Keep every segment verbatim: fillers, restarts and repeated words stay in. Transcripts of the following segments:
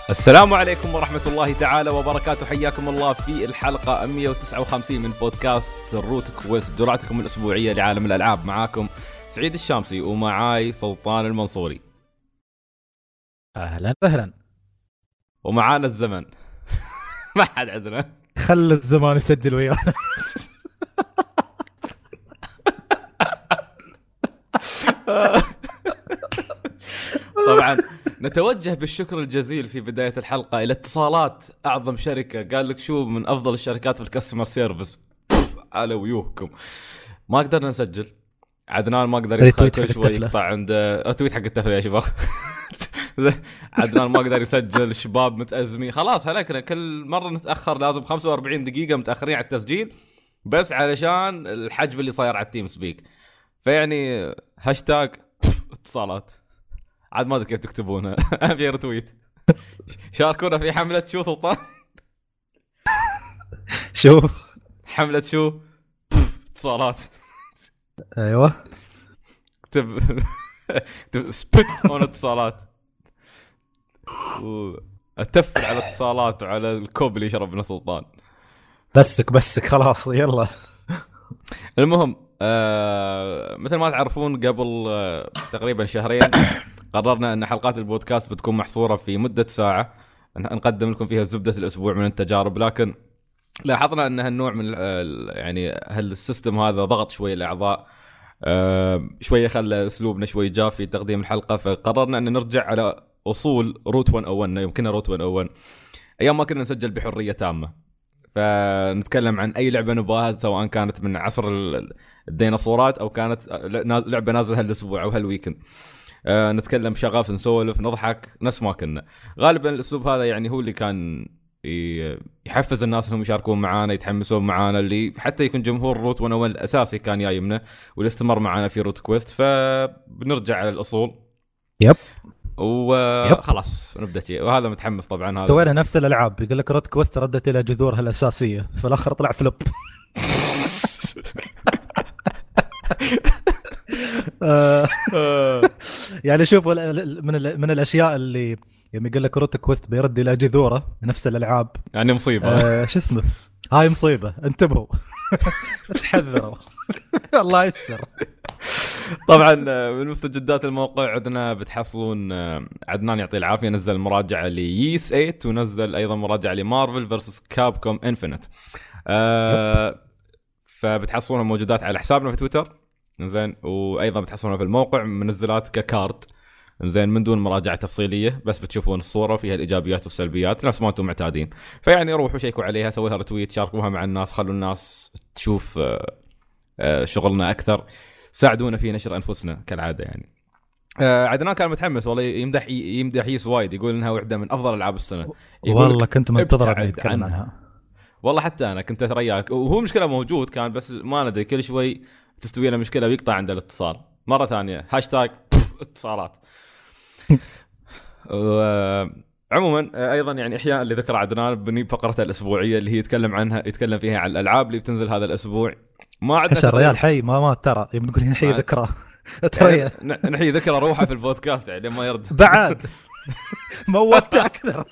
السلام عليكم ورحمة الله تعالى وبركاته. حياكم الله في الحلقة مئة وتسعة وخمسين من بودكاست روت كويست، جرعتكم الأسبوعية لعالم الألعاب. معاكم سعيد الشامسي ومعاي سلطان المنصوري. أهلا أهلا. ومعانا الزمن. ما حد عندنا. خل الزمان يسجل ويانا. طبعا نتوجه بالشكر الجزيل في بداية الحلقة إلى اتصالات أعظم شركة، قال لك شو من أفضل الشركات في الكاستمر سيرفيس على ويوهكم. ما قدرنا نسجل، عدنان ما قدر يدخل، كل شوي يقطع عند رتويت حق التفريع يا شباب. عدنان ما قدر يسجل، الشباب متأزمين خلاص، هلكنا كل مرة نتأخر لازم خمسة وأربعين دقيقة متأخرين على التسجيل بس علشان الحجب اللي صاير على التيم سبيك. فيعني هاشتاج اتصالات، عاد ما ادري كيف تكتبونها. في رتويت شاركونا في حملة شو سلطان؟ شو حملة شو اتصالات؟ ايوه اكتب اكتب سبت اون اتصالات، اتفل على اتصالات وعلى الكوب اللي يشرب سلطان. بسك بسك خلاص يلا. المهم آه مثل ما تعرفون قبل آه تقريبا شهرين قررنا ان حلقات البودكاست بتكون محصورة في مدة ساعة نقدم لكم فيها زبدة الاسبوع من التجارب، لكن لاحظنا ان هالنوع من يعني هالسيستم هذا ضغط شوي الاعضاء، آه شوية خلى اسلوبنا شوي جاف في تقديم الحلقة، فقررنا ان نرجع على اصول روت مئة وواحد. يمكننا روت مئة وواحد ايام ما كنا نسجل بحرية تامة، فنتكلم عن اي لعبه نبغاها سواء كانت من عصر الديناصورات او كانت لعبه نازله هالاسبوع او هالويكند. أه نتكلم شغاف، نسولف، نضحك نفس ما كنا. غالبا الاسلوب هذا يعني هو اللي كان يحفز الناس انهم يشاركون معانا، يتحمسون معانا، اللي حتى يكون جمهور روت مئة وواحد الاساسي كان جايمنا واللي استمر معانا في روت كويست. فبنرجع على الاصول. يب وخلاص نبدا شيء، وهذا متحمس طبعا. هذا سوينا نفس الالعاب، يقول لك روت كويست ردت الى جذورها الاساسيه، في الاخر طلع فلوب. يعني شوف من من الاشياء اللي يوم يقول لك روت كويست بيرد الى جذوره نفس الالعاب، يعني مصيبه. آه شو اسمه، هاي مصيبه، انتبهوا. تحذروا. الله يستر. طبعا من مستجدات الموقع عندنا بتحصلون عدنان يعطي العافيه نزل مراجعه ليس ثمانية، ونزل ايضا مراجعه لمارفل فيرسس كابكوم انفينيت. آه فبتحصلونها موجودات على حسابنا في تويتر، زين، وايضا بتحصلونها في الموقع منزلات ككارد، زين، من دون مراجعه تفصيليه، بس بتشوفون الصوره فيها الايجابيات والسلبيات نفس ما انتم معتادين. فيعني روحوا شيكوا عليها، سووا لها رتويت، شاركوها مع الناس، خلوا الناس تشوف آه شغلنا اكثر، ساعدونا في نشر انفسنا كالعاده. يعني آه عدنان كان متحمس والله، يمدح يمدح يس وايد، يقول انها واحده من افضل العاب السنه. والله كنت منتظر اني اتكلم عنها. والله حتى انا كنت اترياك، وهو مشكله موجود كان، بس ما ندري كل شوي تستوي له مشكله ويقطع عند الاتصال مره ثانيه. هاشتاج اتصالات. عموما ايضا يعني احيانا اللي ذكر عدنان بني فقرته الاسبوعيه اللي هي يتكلم عنها، يتكلم فيها عن الالعاب اللي بتنزل هذا الاسبوع. ما عندنا الريال حي ما ما ترى يوم تقول نحيي ذكرى ترى يعني نحيي ذكرى روحه في البودكاست يعني ما يرد بعد. موت اكثر.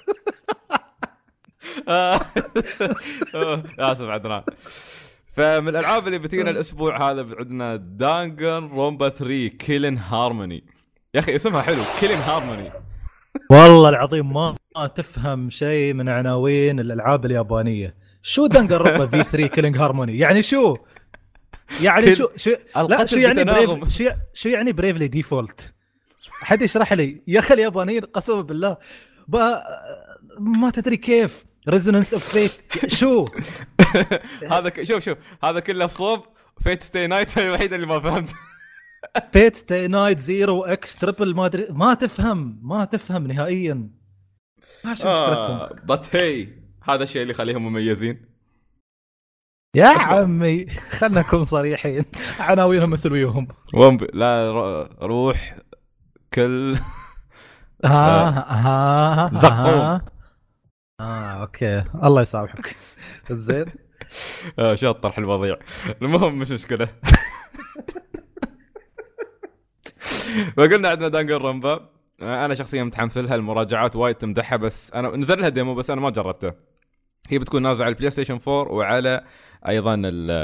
اسف عدنان. فمن الالعاب اللي بتجينا الاسبوع هذا عندنا دانجن رومبا ثلاثة كيلن هارموني. يا اخي اسمها حلو، كيلن هارموني. والله العظيم ما تفهم شيء من عناوين الالعاب اليابانيه. شو دانجن رومبا في ثلاثة كيلن هارموني يعني شو؟ يعني شو شو لا شو يعني بريف، شو شو يعني بريفلي ديفولت؟ حد يشرح لي يا اخي. اليابانيين قسما بالله ما تدري كيف ريزونانس اوف فيت شو هذا. شوف شوف هذا كله صوب. فيت ستي نايت الوحيده اللي ما فهمت. فيت ستي نايت زيرو اكس تريبل ما ادري، ما تفهم ما تفهم نهائيا. ما شو مشكلتهم. بس هي هذا الشيء اللي يخليهم مميزين يا عمي. خلنا نكون صريحين، عناوينهم مثل ويوهم. لا روح كل ها ها زقوم. اه اوكي الله يسامحك. زين. اه شاطر حلو وضيع. المهم مش مشكله. فقلنا عندنا دانجر رومبا. انا شخصيا متحمس لها، المراجعات وايد تمدحها، بس انا نزل لها ديمو بس انا ما جربته. هي بتكون نازله على البلاي ستيشن فور وعلى ايضا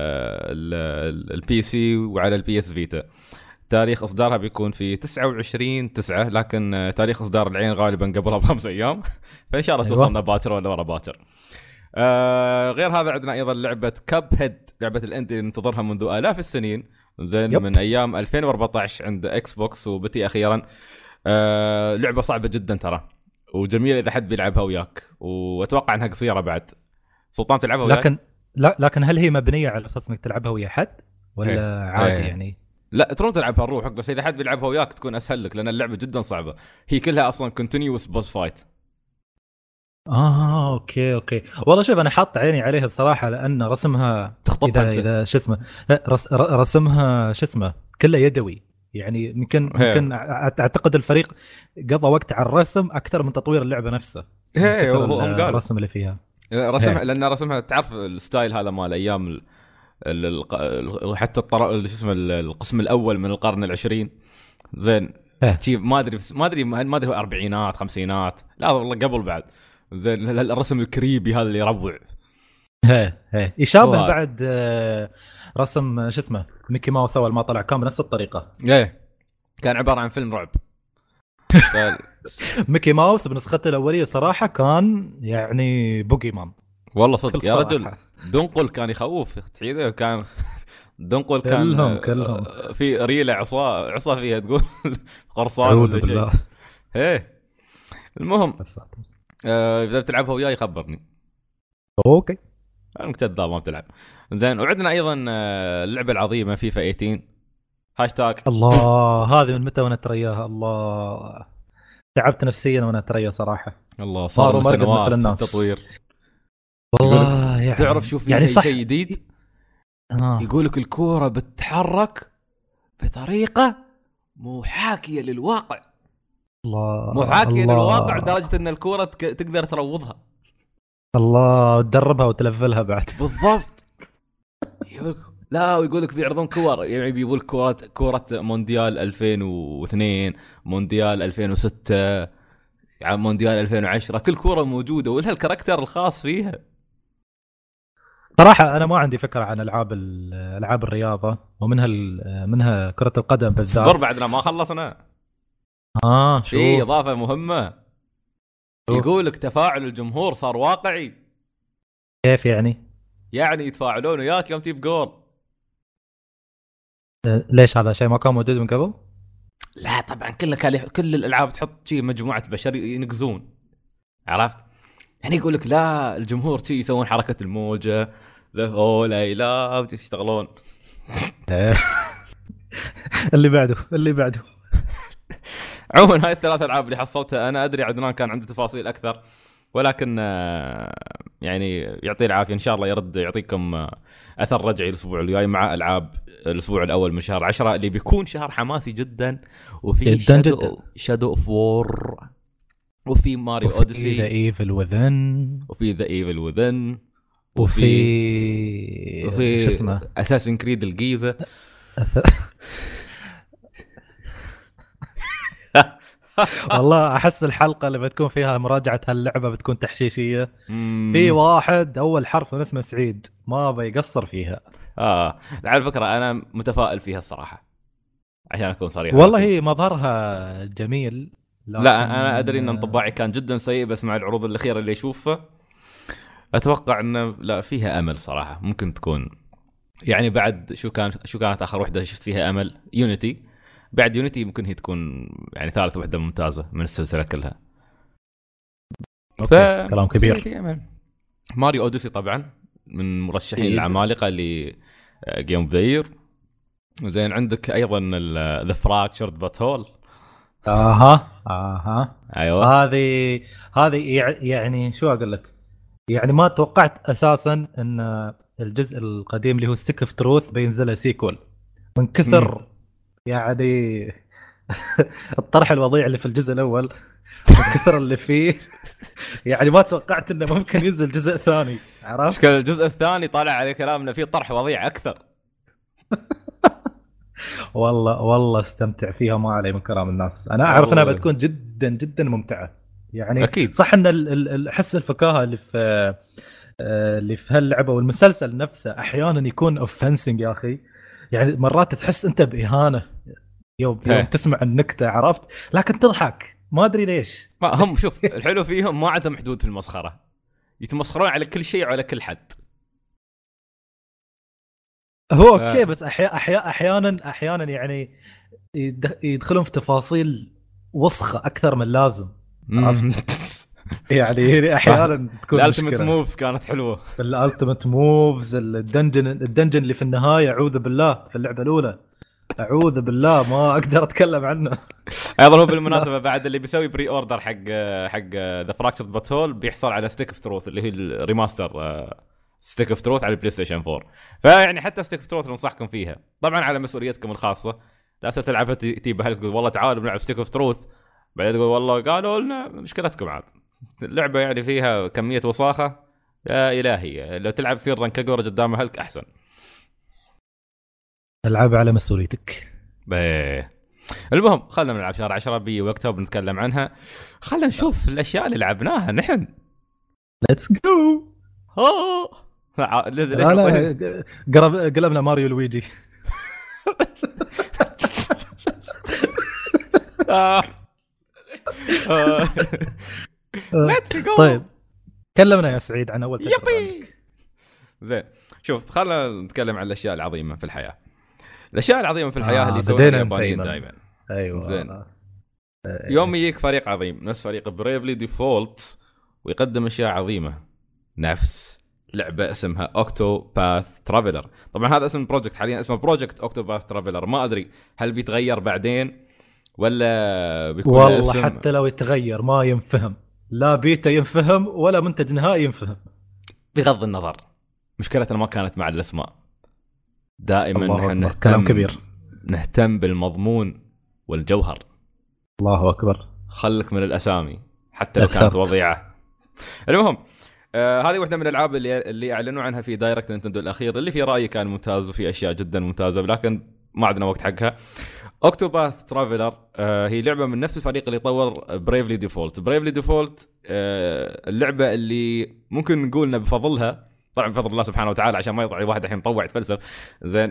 البي سي وعلى البي اس فيتا. تاريخ اصدارها بيكون في تسعة وعشرين تسعة، لكن تاريخ اصدار العين غالبا قبلها بخمس ايام فان شاء الله توصلنا باكر ولا ورا باكر. آه غير هذا عندنا ايضا لعبه كاب هيد، لعبه الاندي اللي ننتظرها منذ الاف السنين، زين يب. من ايام ألفين وأربعة عشر عند اكس بوكس وبتي اخيرا. آه لعبه صعبه جدا ترى، وجميله اذا حد بيلعبها وياك، واتوقع انها قصيره بعد. سلطان تلعبها وياك؟ لكن لا لكن هل هي مبنيه على اساس انك تلعبها ويا حد ولا ايه. عادي ايه. يعني؟ لا ترون تلعبها روحك، بس اذا حد بيلعبها وياك تكون اسهل لك، لان اللعبه جدا صعبه. هي كلها اصلا كونتينيوس بوس فايت. اه اوكي اوكي والله شوف انا حاط عيني عليها بصراحه، لان رسمها تخطبها اذا اذا شو اسمه رس رسمها شو اسمه كله يدوي يعني. يمكن يمكن اعتقد الفريق قضى وقت على الرسم اكثر من تطوير اللعبه نفسها. هي هو الرسم اللي فيها رسمها، لان رسمها تعرف الستايل هذا مال ايام ال ال حتى الطر... شو اسمه القسم الاول من القرن العشرين، زين شيء ما ادري ما ادري ما ادري اربعينات خمسينات، لا والله قبل بعد، زين الرسم الكريبي هذا اللي يروع. ايه ايه يشابه بعد رسم شو اسمه ميكي ماوس اول ما طلع كان بنفس الطريقه. ايه كان عباره عن فيلم رعب. ميكي ماوس بنسخته الاوليه صراحه كان يعني بوكيمان والله صدق يا رجل. دنقل كان يخوف تحيده، كان دنقل كان كلهم كلهم في ريله عصا عصا فيها تقول قرصان ولا شيء. ايه المهم آه اذا بتلعبها وياي خبرني. اوكي انا كذاب ما بتلعب. زين وعندنا ايضا اللعبه العظيمه فيفا ثمانية عشر هاشتاج. الله هذه من متى وانا ترياها، الله تعبت نفسيا وانا تريها صراحه. الله صار سنوات في التطوير والله يعني تعرف شوف يعني شيء جديد. آه. يقولك الكوره بتتحرك بطريقه محاكيه للواقع. الله محاكيه الله. للواقع لدرجه ان الكوره تقدر تروضها. الله تدربها وتلفلها بعد. بالضبط. يقولك لا ويقولك بيعرضون كور، يعني بيقول كورة كورة مونديال ألفين واثنين، مونديال ألفين وستة، يعني مونديال ألفين وعشرة، كل كورة موجودة ولها الكاركتر الخاص فيها. صراحة أنا ما عندي فكرة عن ألعاب ألعاب الرياضة ومنها منها كرة القدم بالذات. صبر بعدنا ما خلصنا. آه شو في إضافة مهمة. يقولك تفاعل الجمهور صار واقعي. كيف يعني؟ يعني يتفاعلون وياك يوم تجيب جول. ليش هذا شيء ما كان موجود من قبل؟ لا طبعا كل كل الألعاب تحط شيء مجموعة بشر ينقزون، عرفت؟ يعني يقولك لا الجمهور شيء يسوون حركة الموجة ذا هولا لا ويشتغلون. اللي بعده اللي بعده. عموما هاي الثلاث ألعاب اللي حصلتها. أنا أدري عدنان كان عنده تفاصيل أكثر، ولكن يعني يعطيه العافية إن شاء الله يرد يعطيكم أثر رجعي الأسبوع الجاي مع ألعاب الأسبوع الأول من شهر عشرة اللي بيكون شهر حماسي جدا، وفي شادو شادو أوف وور، وفي ماريو أوديسي، وفي ذا إيفل وذن، وفي ذا إيفل وذن، وفي وفي شو اسمه أساسن كريد الجيزة. أس... والله أحس الحلقة اللي بتكون فيها مراجعة هاللعبة بتكون تحشيشية. في واحد أول حرف اسمه سعيد ما بيقصر فيها. آه على فكرة أنا متفائل فيها الصراحة عشان أكون صريح. والله هي مظهرها جميل. لا أنا أدري أن انطباعي كان جدا سيء، بس مع العروض الأخيرة اللي أشوفها أتوقع أن لا فيها أمل صراحة. ممكن تكون يعني بعد شو كان شو كانت آخر وحدة شفت فيها أمل؟ يونيتي. بعد يونيتي ممكن هي تكون يعني ثالث وحدة ممتازة من السلسلة كلها. ف... كلام كبير. ماريو أوديسي طبعا من مرشحين العمالقة اللي جيم اوف ذا يير. زين عندك أيضا ذا فراكشرد باتول. اها اها ايوه هذه هذه يعني شو اقول لك، يعني ما توقعت اساسا ان الجزء القديم اللي هو ستيك اوف تروث بينزله سيكول من كثر م. يعني الطرح الوضيع اللي في الجزء الاول من كثر اللي فيه. يعني ما توقعت انه ممكن ينزل جزء ثاني، عرفت؟ الجزء الثاني طالع عليه كلام انه فيه طرح وضيع اكثر. والله والله استمتع فيها ما علي من كلام الناس. انا اعرف انها بتكون جدا جدا ممتعه يعني. أكيد. صح ان حس الفكاهه اللي في اللي في هاللعبه والمسلسل نفسه احيانا يكون اوفنسنج يا اخي. يعني مرات تحس انت باهانه يوم, يوم تسمع النكته، عرفت، لكن تضحك ما ادري ليش. ما هم شوف الحلو فيهم ما عندهم حدود في المسخره، يتمسخرون على كل شيء وعلى كل حد. هو اوكي بس احيانا احيانا احيانا احيانا يعني يدخلون في تفاصيل وسخه اكثر من اللازم، عرفت. يعني احيانا تكون الالتيميت موفز كانت حلوه. الالتيميت موفز، الدنجن الدنجن اللي في النهايه اعوذ بالله في اللعبه الاولى، اعوذ بالله ما اقدر اتكلم عنه. ايضا هو بالمناسبه بعد اللي بيسوي بري اوردر حق حق ذا فراكشرد باتول بيحصل على ستيك اوف تروث اللي هي الريماستر ستيك اوف تروث على البلاي ستيشن فور. فيعني حتى ستيك اوف تروث ننصحكم فيها طبعا على مسؤوليتكم الخاصه. لا تلعبها تجيب اهلك تقول والله تعالوا بنلعب ستيك اوف تروث، بعدين تقول والله قالوا لنا، مشكلتكم عاد. اللعبه يعني فيها كميه وصاخه يا الهي، لو تلعب سير رنكاجورا قدام اهلك احسن. العب على مسؤوليتك. بايه. المهم خلنا نلعب شهر عشرة بي وقتها وبنتكلم عنها. خلنا نشوف الاشياء اللي لعبناها نحن. ليتس جو. ها ليش قرب قلبنا ماريو لويجي. ليتس جو. طيب كلمنا يا سعيد عن اول تجربه. زين شوف خلنا نتكلم عن الاشياء العظيمه في الحياه. الاشياء العظيمه في الحياه آه اللي يسوونها اليابانيين دائما. ايوه زين. آه. يوم يجيك فريق عظيم نفس فريق بريفلي ديفولت ويقدم اشياء عظيمه نفس لعبه اسمها اوكتو باث ترافلر. طبعا هذا اسم البروجكت حاليا اسمه بروجكت اوكتو باث ترافلر، ما ادري هل بيتغير بعدين ولا بيكون والله اسم... حتى لو يتغير ما ينفهم، لا بيتا ينفهم ولا منتج نهائي ينفهم. بغض النظر مشكلتنا ما كانت مع الاسماء، دائما نحن نهتم كلام كبير، نهتم بالمضمون والجوهر. الله اكبر. خلك من الاسامي حتى لو كانت وضيعه. المهم آه هذه واحده من الالعاب اللي اللي اعلنوا عنها في دايركت نينتندو الاخير، اللي في رايي كان ممتاز وفي اشياء جدا ممتازه لكن ما عندنا وقت حقها. اوكتوباث ترافلر آه هي لعبه من نفس الفريق اللي طور بريفلي ديفولت. بريفلي ديفولت آه اللعبه اللي ممكن نقولنا بفضلها، طبعا بفضل الله سبحانه وتعالى عشان ما يطلع واحد الحين مطوع يتفلسف زين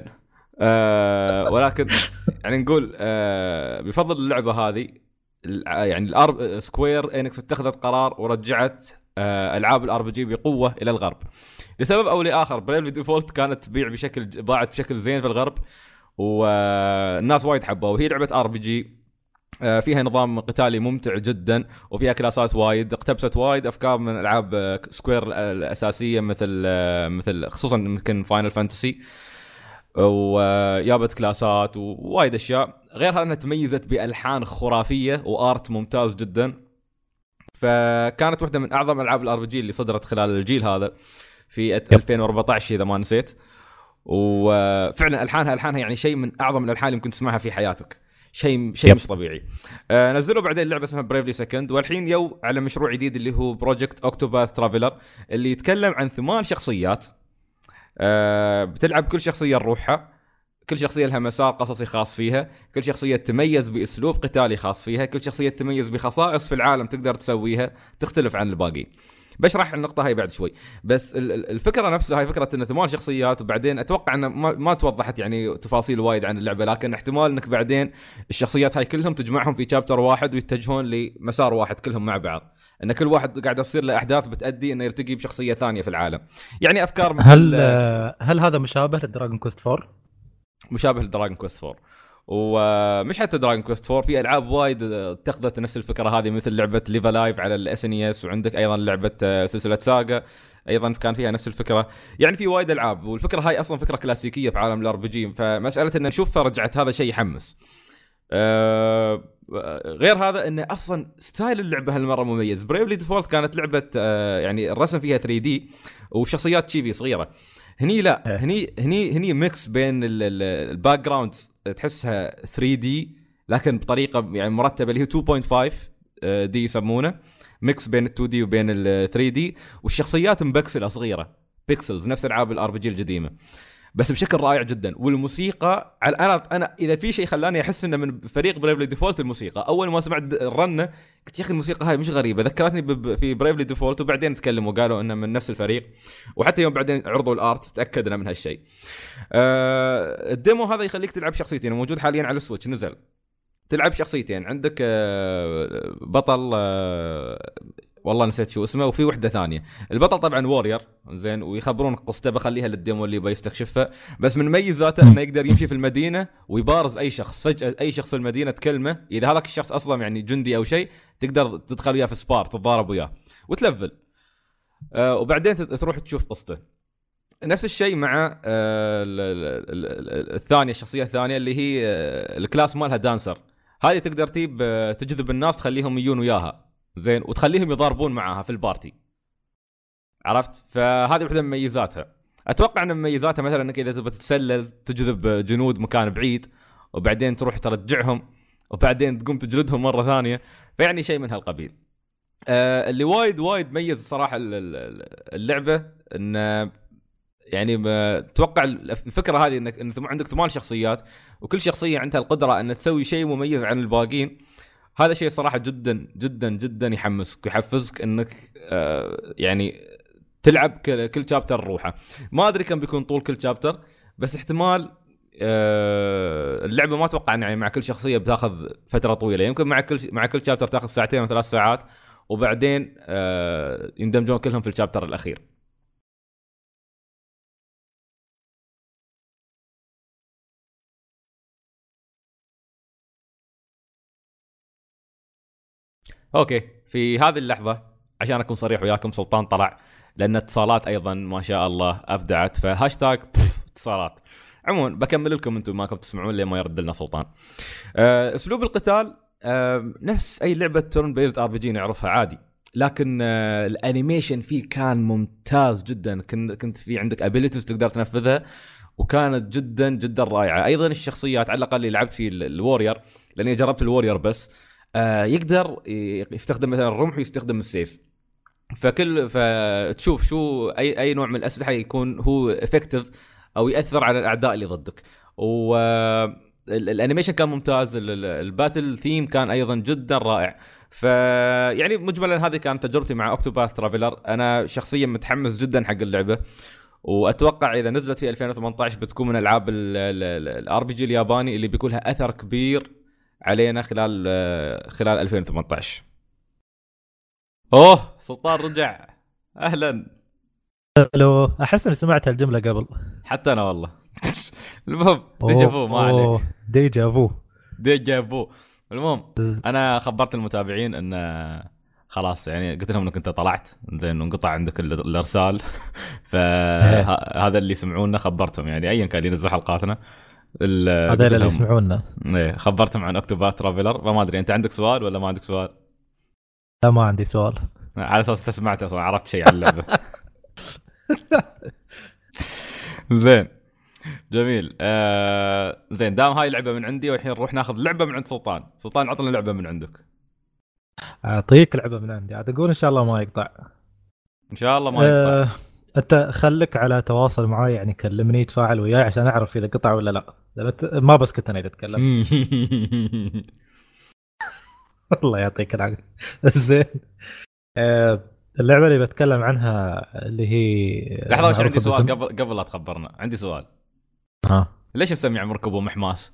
آه ولكن يعني نقول آه بفضل اللعبه هذه يعني الار سكوير انكس اتخذت قرار ورجعت آه العاب الار بي جي بقوه الى الغرب لسبب او لاخر. بريفلي ديفولت كانت تبيع بشكل باعت بشكل زين في الغرب والناس وايد حبوها، وهي لعبه ار بي جي فيها نظام قتالي ممتع جدا وفيها كلاسات وايد، اقتبست وايد افكار من العاب سكوير الاساسيه مثل مثل خصوصا يمكن فاينل فانتسي، ويابت كلاسات ووايد اشياء. غير هذا انها تميزت بالحان خرافيه وارت ممتاز جدا، فكانت واحده من اعظم العاب الار بي جي اللي صدرت خلال الجيل هذا في ألفين وأربعة عشر اذا ما نسيت. وفعلا الحانها الحانها يعني شيء من اعظم الالحان اللي ممكن تسمعها في حياتك، شيء شيء مش طبيعي. آه نزلوا بعدين لعبه اسمها بريفلي سكند، والحين يو على مشروع جديد اللي هو بروجكت اوكتوباث ترافلر اللي يتكلم عن ثمان شخصيات. آه بتلعب كل شخصيه لروحها، كل شخصيه لها مسار قصصي خاص فيها، كل شخصيه تميز باسلوب قتالي خاص فيها، كل شخصيه تميز بخصائص في العالم تقدر تسويها تختلف عن الباقي. بشرح النقطه هاي بعد شوي، بس الفكره نفسها هاي فكره ان ثمان شخصيات، وبعدين اتوقع ان ما, ما توضحت يعني تفاصيل وايد عن اللعبه، لكن احتمال انك بعدين الشخصيات هاي كلهم تجمعهم في شابتر واحد ويتجهون لمسار واحد كلهم مع بعض، ان كل واحد قاعد يصير له احداث بتؤدي انه يلتقي بشخصيه ثانيه في العالم. يعني افكار مثل هل هل هذا مشابه لدراجون كويست فور؟ مشابه لدراجون كويست فور، ومش حتى دراجون كويست فور، في العاب وايد اتخذت نفس الفكره هذه مثل لعبه ليفا لايف على الاس ان اس، وعندك ايضا لعبه سلسله ساغا ايضا كان فيها نفس الفكره. يعني في وايد العاب، والفكره هاي اصلا فكره كلاسيكيه في عالم الار بي جي، فمساله ان نشوفها رجعت هذا شيء يحمس. أه غير هذا انه اصلا ستايل اللعبه هالمره مميز. بريفلي ديفولت كانت لعبه أه يعني الرسم فيها ثري دي وشخصيات تشيفي صغيره، هني لا هني هني هني ميكس بين الباك جراوندز تحسها ثري دي لكن بطريقه يعني مرتبه اللي هي تو بوينت فايف دي يسمونه، ميكس بين ال2 دي وبين ال3 دي، والشخصيات مبكسله صغيره بيكسلز نفس العاب الار بي جي القديمه. بس بشكل رائع جدا. والموسيقى انا انا اذا في شيء خلاني احس انه من فريق برايفلي ديفولت الموسيقى. اول ما سمعت الرنه قلت يا اخي الموسيقى هاي مش غريبه، ذكرتني في برايفلي ديفولت. وبعدين تكلموا وقالوا انه من نفس الفريق، وحتى يوم بعدين عرضوا الارت تاكدنا من هالشيء. أه الديمو هذا يخليك تلعب شخصيتين، موجود حاليا على السويتش نزل. تلعب شخصيتين، عندك أه بطل أه والله نسيت شو اسمه، وفي وحده ثانيه. البطل طبعا وورير زين، ويخبرون قصته، بخليها للديمو اللي يبغى يستكشفها. بس من ميزاته انه يقدر يمشي في المدينه ويبارز اي شخص. فجاه اي شخص في المدينه تكلمه، اذا هذاك الشخص اصلا يعني جندي او شيء تقدر تدخل وياه في سبار، تتضارب وياه وتلفل. آه وبعدين تروح تشوف قصته. نفس الشيء مع آه الثانيه، الشخصيه الثانيه اللي هي آه الكلاس مالها دانسر. هذه تقدر تجيب آه تجذب الناس، تخليهم يجون وياها زين، وتخليهم يضاربون معاها في البارتي، عرفت؟ فهذه واحدة من مميزاتها. أتوقع أن مميزاتها مثلا أنك إذا تبغى تتسلل تجذب جنود مكان بعيد، وبعدين تروح ترجعهم، وبعدين تقوم تجلدهم مرة ثانية، فيعني شيء من هالقبيل. آه اللي وايد وايد ميز صراحة اللعبة أن يعني توقع الفكرة هذه أنك أن عندك ثمان شخصيات، وكل شخصية عندها القدرة أن تسوي شيء مميز عن الباقين. هذا شيء صراحة جدا جدا جدا يحمسك ويحفزك انك آه يعني تلعب كل شابتر روحه. ما ادري كم بيكون طول كل شابتر، بس احتمال آه اللعبة ما اتوقع يعني مع كل شخصية بتاخذ فترة طويلة. يمكن مع كل مع كل شابتر تاخذ ساعتين او ثلاث ساعات، وبعدين آه يندمجون كلهم في الشابتر الاخير. اوكي، في هذه اللحظه عشان اكون صريح وياكم، سلطان طلع لان اتصالات ايضا ما شاء الله ابدعت، فهاشتاج اتصالات. عموما بكمل لكم انتم ماكم تسمعون لما يرد لنا سلطان. أه اسلوب القتال أه نفس اي لعبه تورن بيزد ار بي جي نعرفها عادي، لكن أه الانيميشن فيه كان ممتاز جدا. كنت في عندك ابيليتيز تقدر تنفذها، وكانت جدا جدا رائعه. ايضا الشخصيات على الاقل اللي لعبت في الوورير، لاني جربت الوورير بس، آه يقدر يستخدم مثلا الرمح ويستخدم السيف. فكل فتشوف شو اي اي نوع من الاسلحه يكون هو افكتيف او ياثر على الاعداء اللي ضدك. والانيميشن كان ممتاز، الباتل ثيم كان ايضا جدا رائع. فيعني مجملا هذه كانت تجربتي مع اوكتوباث ترافلر. انا شخصيا متحمس جدا حق اللعبه، واتوقع اذا نزلت في ألفين وثمانية عشر بتكون من العاب الار بي جي الياباني اللي بيكون لها اثر كبير علينا خلال خلال ألفين وثمانية عشر. اوه سلطان رجع، اهلا. الو، احس اني سمعت الجمله قبل. حتى انا والله. المهم ديجافو، ما عليك. ديجافو ديجافو. المهم انا خبرت المتابعين ان خلاص، يعني قلت لهم انك انت طلعت زين وانقطع عندك الارسال. فهذا اللي يسمعونا خبرتهم، يعني ايا كان ينزل حلقاتنا هذا اللي يسمعونا. ايه خبرتهم عن اوكتوباث ترافلر. فما ادري انت عندك سؤال ولا ما عندك سؤال؟ لا ما عندي سؤال، على اساس تسمعت اصلا عرفت شيء عن اللعبه. زين جميل. آه زين، دام هاي لعبه من عندي، والحين نروح ناخذ لعبه من عند سلطان. سلطان عطنا لعبه من عندك. اعطيك لعبه من عندي عاد، اقول ان شاء الله ما يقطع. ان شاء الله ما يقطع. أه... انت خليك على تواصل معي، يعني كلمني تفاعل وياي عشان اعرف اذا قطع ولا لا. ما بس كنت انا اذا اتكلم. الله يعطيك العافيه. زين، أه... اللعبه اللي بتكلم عنها اللي هي لحظه، وش عندي سؤال قبل قبل لا تخبرنا. عندي سؤال. ها، ليش مسمي عمرك ابو محماس؟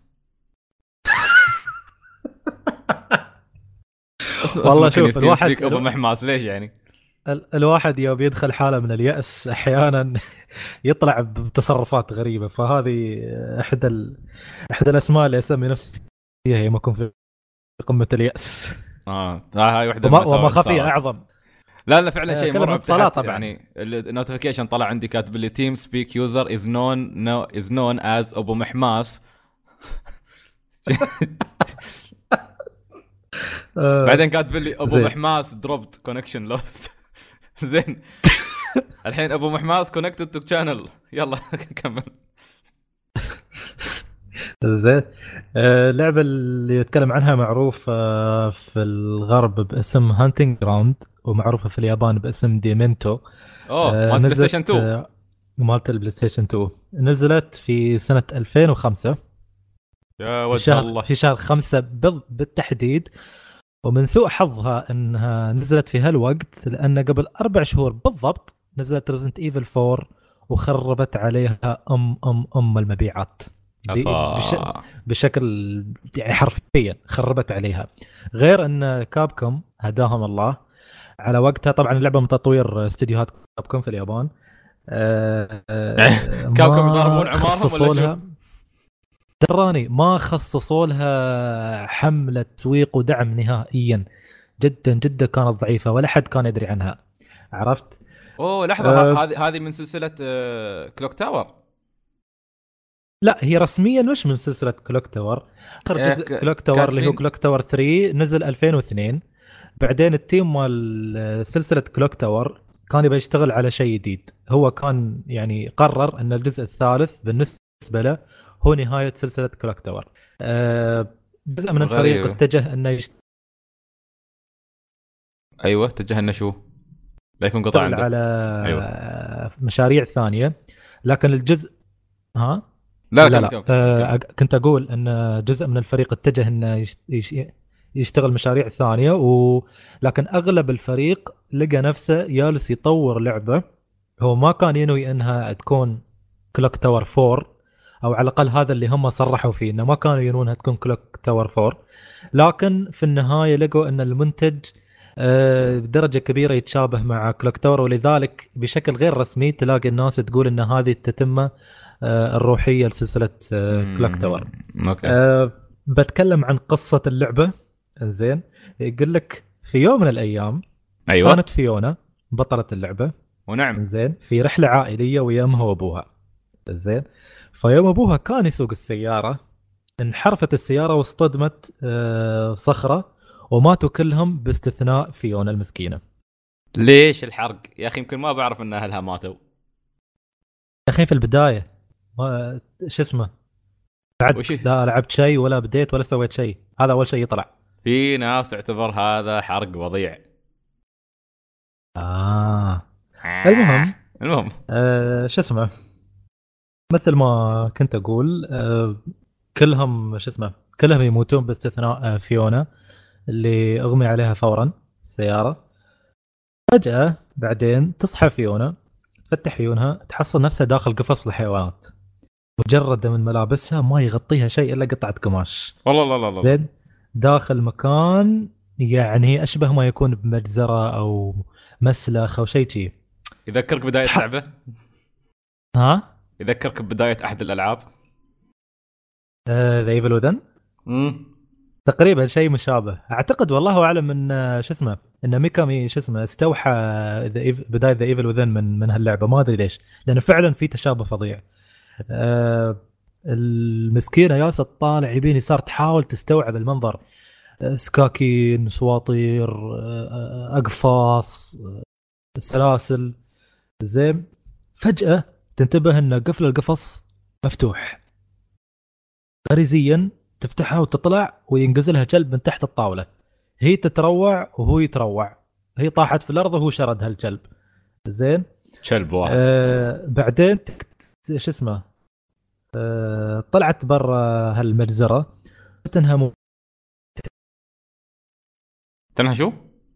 والله شوف، الواحد ابو محماس ليش يعني؟ الواحد يوم يدخل حاله من اليأس احيانا يطلع بتصرفات غريبه، فهذه احدى ال... احدى الاسماء اللي اسمي نفسي فيها يوم اكون في قمه اليأس. اه هاي وحده وما, وما خفيه اعظم. لا لا فعلا شيء مرعب. طبعا يعني النوتيفيكيشن طلع عندي كاتب لي تيم سبيك يوزر از نون نو از نون از ابو محماس. بعدين كاتب لي ابو محماس دروبد كونكشن لوست. زين الحين ابو محماس كونكتد تو شانل. يلا كمل. زين، اللعبه اللي يتكلم عنها معروفه في الغرب باسم هانتنج جراوند، ومعروفه في اليابان باسم ديمنتو. اوه مالت بلاي ستيشن تو. مالت البلاي ستيشن تو. نزلت في سنة ألفين وخمسة يا في وجه شهر الله. في شهر خمسة بال- بالتحديد. ومن سوء حظها انها نزلت في هالوقت، لان قبل اربع شهور بالضبط نزلت ريزنت ايفل فور وخربت عليها ام ام ام المبيعات ب- بش أفا. بشكل يعني حرفيا خربت عليها. غير ان كابكوم هداهم الله على وقتها، طبعا اللعبه من تطوير استديوهات كابكوم في اليابان، آه، آه، كابكم يضاربون ما عمارهم ولا خصصوا شو؟ لها، دراني ما خصصوا لها حملة تسويق ودعم نهائيا. جدا جدا كانت ضعيفة ولا حد كان يدري عنها، عرفت؟ اوه لحظه، ه- أه هذه هذه من سلسله آه، كلوك تاور. لا، هي رسميا مش من سلسلة كلوك تاور. آخر آه، جزء ك- كلوك تاور اللي هو كاتبين. كلوك تاور ثري نزل ألفين واثنين. بعدين التيم مال سلسلة كلوك تاور كان يبي يشتغل على شيء جديد. هو كان يعني قرر ان الجزء الثالث بالنسبة له هو نهاية سلسلة كلوك تاور. أه جزء من الفريق غريبه. اتجه انه يشتغل ايوه تجهلنا شو، لا يكون قطع عنده. على ايوه. مشاريع ثانية. لكن الجزء ها لا لا كمل لا كمل كمل, آه، كمل. أك- كنت أقول أن جزء من الفريق اتجه أنه يش- يش- يشتغل مشاريع ثانية و... لكن أغلب الفريق لقى نفسه جالس يطور لعبة هو ما كان ينوي أنها تكون كلوك تاور فور، أو على الأقل هذا اللي هم صرحوا فيه، أنه ما كانوا ينونها تكون كلوك تاور فور. لكن في النهاية لقوا أن المنتج آه، بدرجة كبيرة يتشابه مع كلوك تاور، ولذلك بشكل غير رسمي تلاقي الناس تقول أن هذه التتمة آه، الروحية لسلسلة آه، كلوك تاور. مم. اوكي. أه بتكلم عن قصة اللعبة. زين، يقول لك في يوم من الأيام ايوه. كانت فيونا بطلة اللعبة، ونعم. زين، في رحلة عائلية ويا أمها وأبوها. زين، فيوم أبوها كان يسوق السيارة انحرفت السيارة واصطدمت آه، صخرة وماتوا كلهم باستثناء فيونا المسكينة. ليش الحرق يا اخي؟ يمكن ما بعرف ان اهلها ماتوا. يا أخي في البداية ما شو اسمه بعد وش؟ لا لعبت شيء ولا بديت ولا سويت شيء، هذا أول شيء يطلع. في ناس تعتبر هذا حرق وضيع. آه آه. المهم المهم. آه شو اسمه، مثل ما كنت اقول آه كلهم شو اسمه كلهم يموتون باستثناء آه فيونا اللي اغمي عليها فورا السياره. فجاه بعدين تصحى فيونا، تفتح عيونها تحصل نفسها داخل قفص الحيوانات، مجرده من ملابسها ما يغطيها شيء الا قطعه قماش. والله لا لا لا لا. زين، داخل مكان يعني اشبه ما يكون بمجزره او مسلخ او شيء شيء. يذكرك بدايه تح... لعبه؟ ها يذكرك بدايه احد الالعاب؟ ذا ايفل وذن امم تقريبا شيء مشابه اعتقد، والله اعلم ان آه، شو اسمه ان ميكامي شو اسمه استوحى ذا إيف- بدايه ذا ايفل وذن من من هاللعبه، ما ادري ليش، لانه فعلا في تشابه فظيع. آه المسكينه جالسه تطالع يمين يسار تحاول تستوعب المنظر، آه، سكاكين، سواطير، آه، آه، اقفاص، آه، سلاسل. زين، فجاه تنتبه ان قفل القفص مفتوح غريزيا، تفتحها وتطلع وينقزلها كلب من تحت الطاوله. هي تتروع وهو يتروع، هي طاحت في الارض وهو شرد هالكلب. زين، كلب واحد. آه بعدين تكت... شو اسمه آه طلعت برا هالمجزره، انها مو- تنها شو؟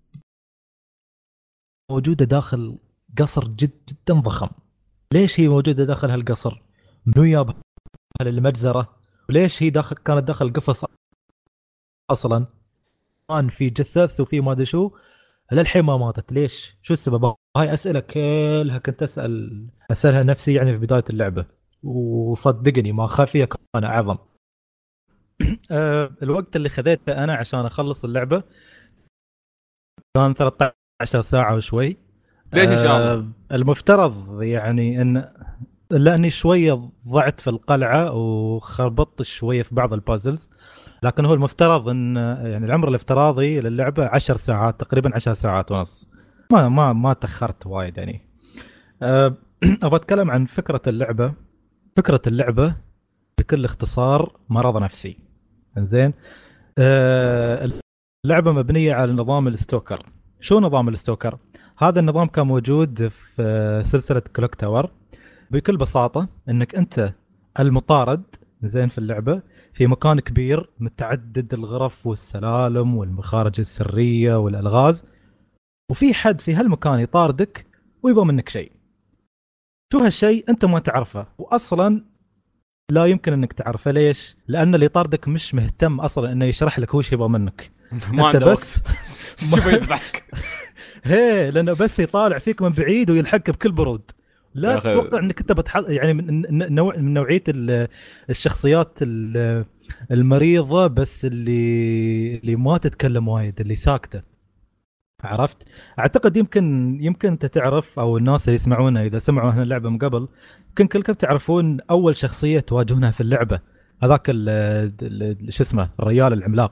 موجوده داخل قصر جد جدا ضخم. ليش هي موجوده داخل هالقصر؟ منو يابها للمجزره؟ وليش هي داخل كانت داخل قفص اصلا؟ كان في جثث وفي ما ادري شو، للحين ما ماتت. ليش؟ شو السبب؟ هاي اسئله كلها كنت اسال اسالها نفسي يعني في بدايه اللعبه، وصدقني ما خافيه كان اعظم. أه الوقت اللي خذيته انا عشان اخلص اللعبه كان ثلاثة عشر ساعه وشوي. ليش ان شاء الله؟ أه المفترض يعني ان لاني شويه ضعت في القلعه وخربطت شويه في بعض البازلز، لكن هو المفترض ان يعني العمر الافتراضي للعبه عشر ساعات تقريبا، عشر ساعات ونص. ما ما ما تاخرت وايد يعني. أه ابغى اتكلم عن فكره اللعبه. فكره اللعبه بكل اختصار مرض نفسي. زين، أه اللعبه مبنيه على نظام الستوكر. شو نظام الستوكر؟ هذا النظام كان موجود في سلسله كلوك تاور. بكل بساطه انك انت المطارد زين في اللعبه في مكان كبير متعدد الغرف والسلالم والمخارج السريه والالغاز، وفي حد في هالمكان يطاردك ويبغى منك شيء. شو هالشيء انت ما تعرفه، واصلا لا يمكن انك تعرفه. ليش؟ لان اللي طاردك مش مهتم اصلا انه يشرح لك وش يبغى منك. ما انت عنده بس شوف يذبحك. هي لانه بس يطالع فيك من بعيد ويلحقك بكل برود. لا يا أخي. تتوقع انك انت بتحط يعني من نوع من نوعيه ال- الشخصيات ال- المريضه، بس اللي اللي ما تتكلم وايد، اللي ساكته. عرفت؟ اعتقد يمكن يمكن انت تعرف، او الناس اللي يسمعونا اذا سمعوا هنا اللعبه من قبل، يمكن كلكم تعرفون اول شخصيه تواجهونها في اللعبه، هذاك ال- ال- شو اسمه، الرجال العملاق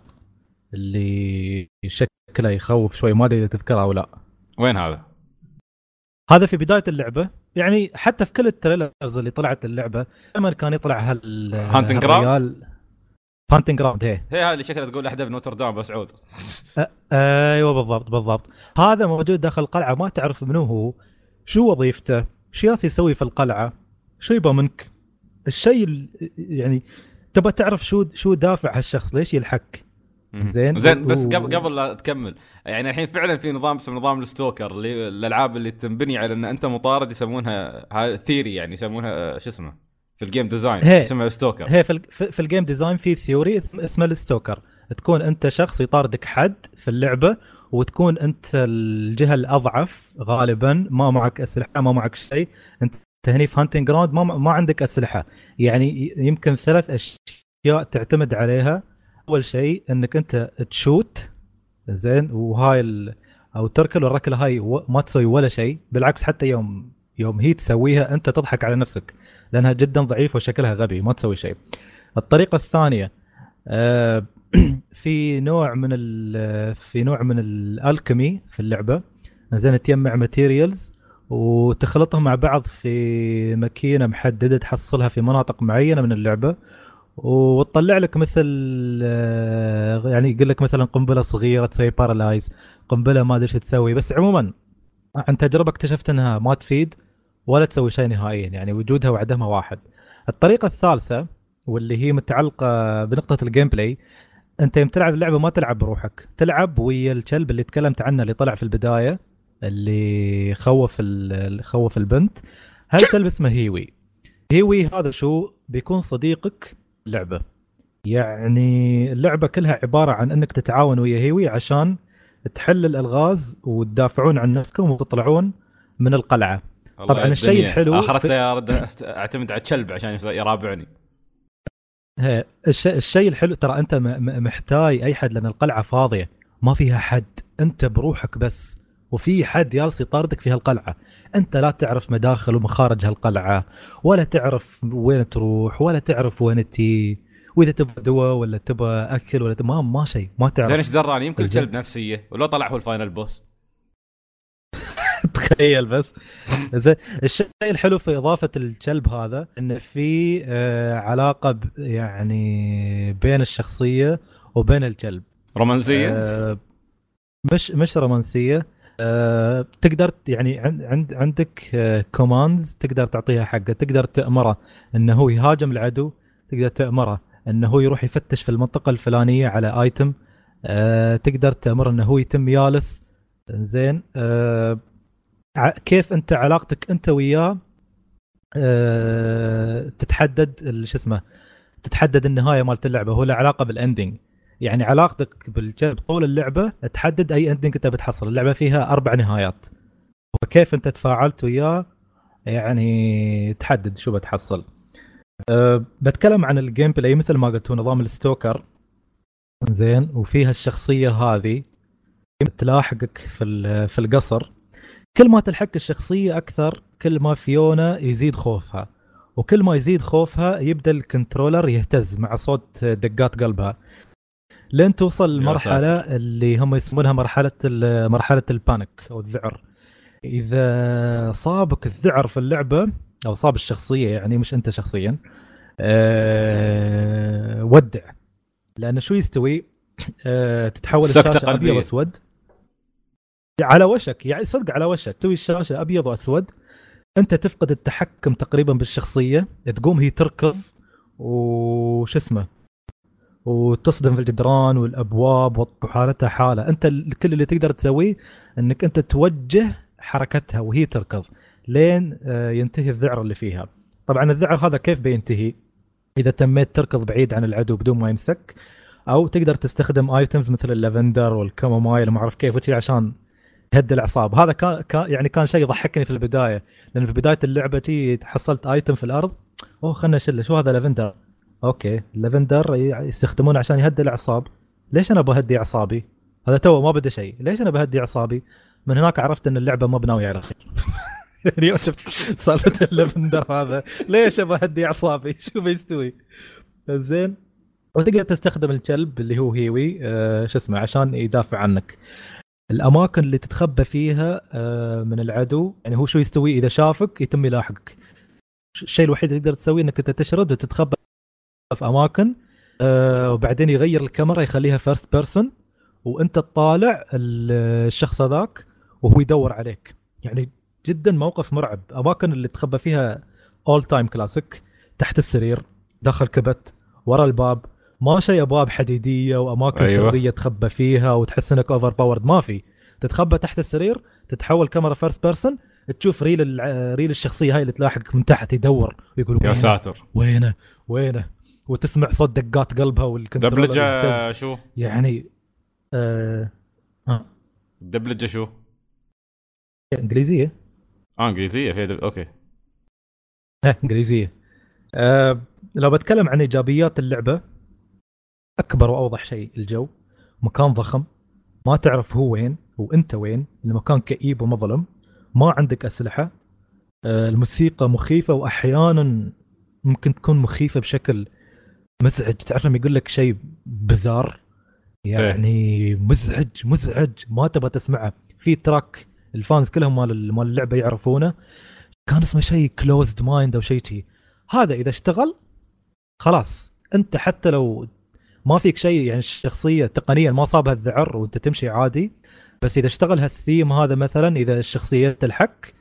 اللي شكله يخوف شوي، ما ادري اذا تذكره او لا. وين هذا؟ هذا في بدايه اللعبه، يعني حتى في كل التريلرز اللي طلعت اللعبه لما كان يطلع هال هانتنج جراوند؟ هالرجال هانتنج جراوند. هي هي هذه اللي شكلها تقول احدى بنوتردام بسعود. أ- ايوه بالضبط بالضبط. هذا موجود داخل القلعه، ما تعرف منو هو، شو وظيفته، شو ياس يسوي في القلعه، شو يبغى منك. الشيء ال- يعني تبى تعرف شو شو دافع هالشخص، ليش يلحق. زين زين بس و- قبل قبل لا تكمل، يعني الحين فعلا في نظام اسمه نظام الستوكر، اللي الالعاب اللي تنبني على ان انت مطارد يسمونها هاي ثيري، يعني يسمونها شو اسمه في الجيم ديزاين هي اسمها ستوكر. هي في ال- في في الجيم ديزاين في ثيوري اسمه الستوكر، تكون انت شخص يطاردك حد في اللعبه، وتكون انت الجهه الاضعف غالبا، ما معك اسلحه ما معك شيء. انت هني في هانتنج جراوند ما ما عندك اسلحه، يعني يمكن ثلاث اشياء تعتمد عليها. اول شيء انك انت تشوت، زين، وهاي ال... او تركل الركله هاي و... ما تسوي ولا شيء، بالعكس حتى يوم يوم هي تسويها انت تضحك على نفسك لانها جدا ضعيفه وشكلها غبي، ما تسوي شيء. الطريقه الثانيه آه في نوع من ال... في نوع من الالكيمي في اللعبه، زين، تجمع ماتيريالز وتخلطهم مع بعض في ماكينه محدده تحصلها في مناطق معينه من اللعبه، وتطلع لك مثل آه، يعني يقول لك مثلا قنبله صغيره تسوي بارالايز، قنبله ما ادري ايش تسوي. بس عموما عن تجربه اكتشفت انها ما تفيد ولا تسوي شيء نهائيا، يعني وجودها وعدمها واحد. الطريقه الثالثه واللي هي متعلقه بنقطه الجيم بلاي، انت يوم تلعب اللعبه ما تلعب بروحك، تلعب ويا الكلب اللي تكلمت عنه اللي طلع في البدايه، اللي خوف اللي خوف البنت. هالكلب اسمه هيوي. هيوي هذا شو بيكون صديقك اللعبه، يعني اللعبه كلها عباره عن انك تتعاون ويا هيوي عشان تحل الالغاز وتدافعون عن نفسكم وتطلعون من القلعه. طبعا الشيء الحلو اخرت يا رد اعتمد على الكلب عشان يرابعني. هي الشيء الشيء الحلو، ترى انت م- م- محتاج اي حد لان القلعه فاضيه ما فيها حد، انت بروحك بس، وفي حد جالس يطاردك في هالقلعه. انت لا تعرف مداخل ومخارج هالقلعه، ولا تعرف وين تروح، ولا تعرف وين تي، واذا تبغى دواء ولا تبغى اكل ولا تبغى ما, ما شيء ما تعرف. زين ايش دراني؟ يمكن زين. كلب نفسيه ولو طلع هو الفاينل بوس. تخيل بس. زين، الشيء الحلو في اضافه الكلب هذا ان في آه علاقه ب- يعني بين الشخصيه وبين الكلب، رومانسيه؟ آه مش مش رومانسيه. آه تقدر ت- يعني عند عند عندك آه كوماندز تقدر تعطيها حقه، تقدر تأمره انه هو يهاجم العدو، تقدر تأمره انه هو يروح يفتش في المنطقه الفلانيه على ايتم، آه تقدر تأمره انه هو يتم يالس. زين، آه ع- كيف انت علاقتك انت وياه أه تتحدد ال- شو اسمه، تتحدد النهايه مالت اللعبه، هو له علاقه بالاندنج. يعني علاقتك بالكلب طول اللعبه تحدد اي اندنج انت بتحصل. اللعبه فيها اربع نهايات، وكيف انت تفاعلت وياه يعني تحدد شو بتحصل. أه بتكلم عن الجيم بلاي مثل ما قلت، هو نظام الستوكر، زين، وفيها الشخصيه هذه تلاحقك في ال- في القصر. كل ما تلحق الشخصية أكثر كل ما فيونا يزيد خوفها، وكل ما يزيد خوفها يبدأ الكنترولر يهتز مع صوت دقات قلبها، لين توصل المرحلة اللي هم يسمونها مرحلة ال- مرحلة البانيك أو الذعر. إذا صابك الذعر في اللعبة أو صاب الشخصية، يعني مش أنت شخصيا، أه ودع، لأن شو يستوي، أه تتحول الشاشة أبيض أسود على وشك، يعني صدق على وشك توي الشاشة أبيض وأسود، انت تفقد التحكم تقريبا بالشخصيه، تقوم هي تركض وش اسمه وتصدم في الجدران والابواب وحالتها حاله. انت كل اللي تقدر تسويه انك انت توجه حركتها وهي تركض لين ينتهي الذعر اللي فيها. طبعا الذعر هذا كيف بينتهي؟ اذا تميت تركض بعيد عن العدو بدون ما يمسك، او تقدر تستخدم ايتمز مثل اللافندر والكامومايل وما اعرف كيف وشي عشان تهدي الاعصاب. هذا كان يعني كان شيء يضحكني في البدايه، لان في بدايه اللعبه تي حصلت ايتم في الارض، اوه خلنا نشله، شو هذا لافندر؟ اوكي اللافندر يستخدمونه عشان يهدي الاعصاب. ليش انا بهدي اعصابي؟ هذا تو ما بدا شيء، ليش انا بهدي اعصابي؟ من هناك عرفت ان اللعبه ما بناويه على خير. اليوم شفت سالفه اللافندر هذا، ليش ابى اهدي اعصابي؟ شو بيستوي؟ زين. وتقدر تستخدم الكلب اللي هو هيوي آه شو اسمه عشان يدافع عنك. الاماكن اللي تتخبى فيها آه من العدو، يعني هو شو يستوي؟ اذا شافك يتم يلاحقك. الشيء الوحيد اللي تقدر تسويه انك انت تشرد وتتخبى في اماكن آه وبعدين يغير الكاميرا يخليها فيرست بيرسون وانت تطالع الشخص هذاك وهو يدور عليك. يعني جدا موقف مرعب. اماكن اللي تخبى فيها اول تايم كلاسيك، تحت السرير، داخل كبت، ورا الباب، ما شيء ابواب حديديه واماكن أيوة. سريه تخبى فيها وتحس انك اوفر باورد، ما في. تتخبى تحت السرير، تتحول كاميرا فيرست بيرسون، تشوف ريل ريل الشخصيه هاي اللي تلاحقك من تحت يدور ويقول يا ساتر وينه وينه، وتسمع صوت دقات قلبها والكنترولر دبلجه شو يعني آه ها دبلجه شو انجليزيه اه انجليزيه في دب... اوكي ها انجليزيه. آه لو بتكلم عن ايجابيات اللعبه، اكبر واوضح شيء الجو، مكان ضخم ما تعرف هو وين وانت وين، المكان كئيب ومظلم، ما عندك اسلحه، آه الموسيقى مخيفه واحيانا ممكن تكون مخيفه بشكل مزعج، تعرف لما يقول لك شيء بزار يعني مزعج مزعج ما تبغى تسمعه. في تراك الفانز كلهم مال مال اللعبه يعرفونه، كان اسمه شيء كلوزد مايند او شيء شيء، هذا اذا اشتغل خلاص انت حتى لو ما فيك شيء، يعني الشخصيه تقنيا ما صابها الذعر وانت تمشي عادي، بس اذا اشتغل هالثيم هذا مثلا، اذا الشخصيه تلحق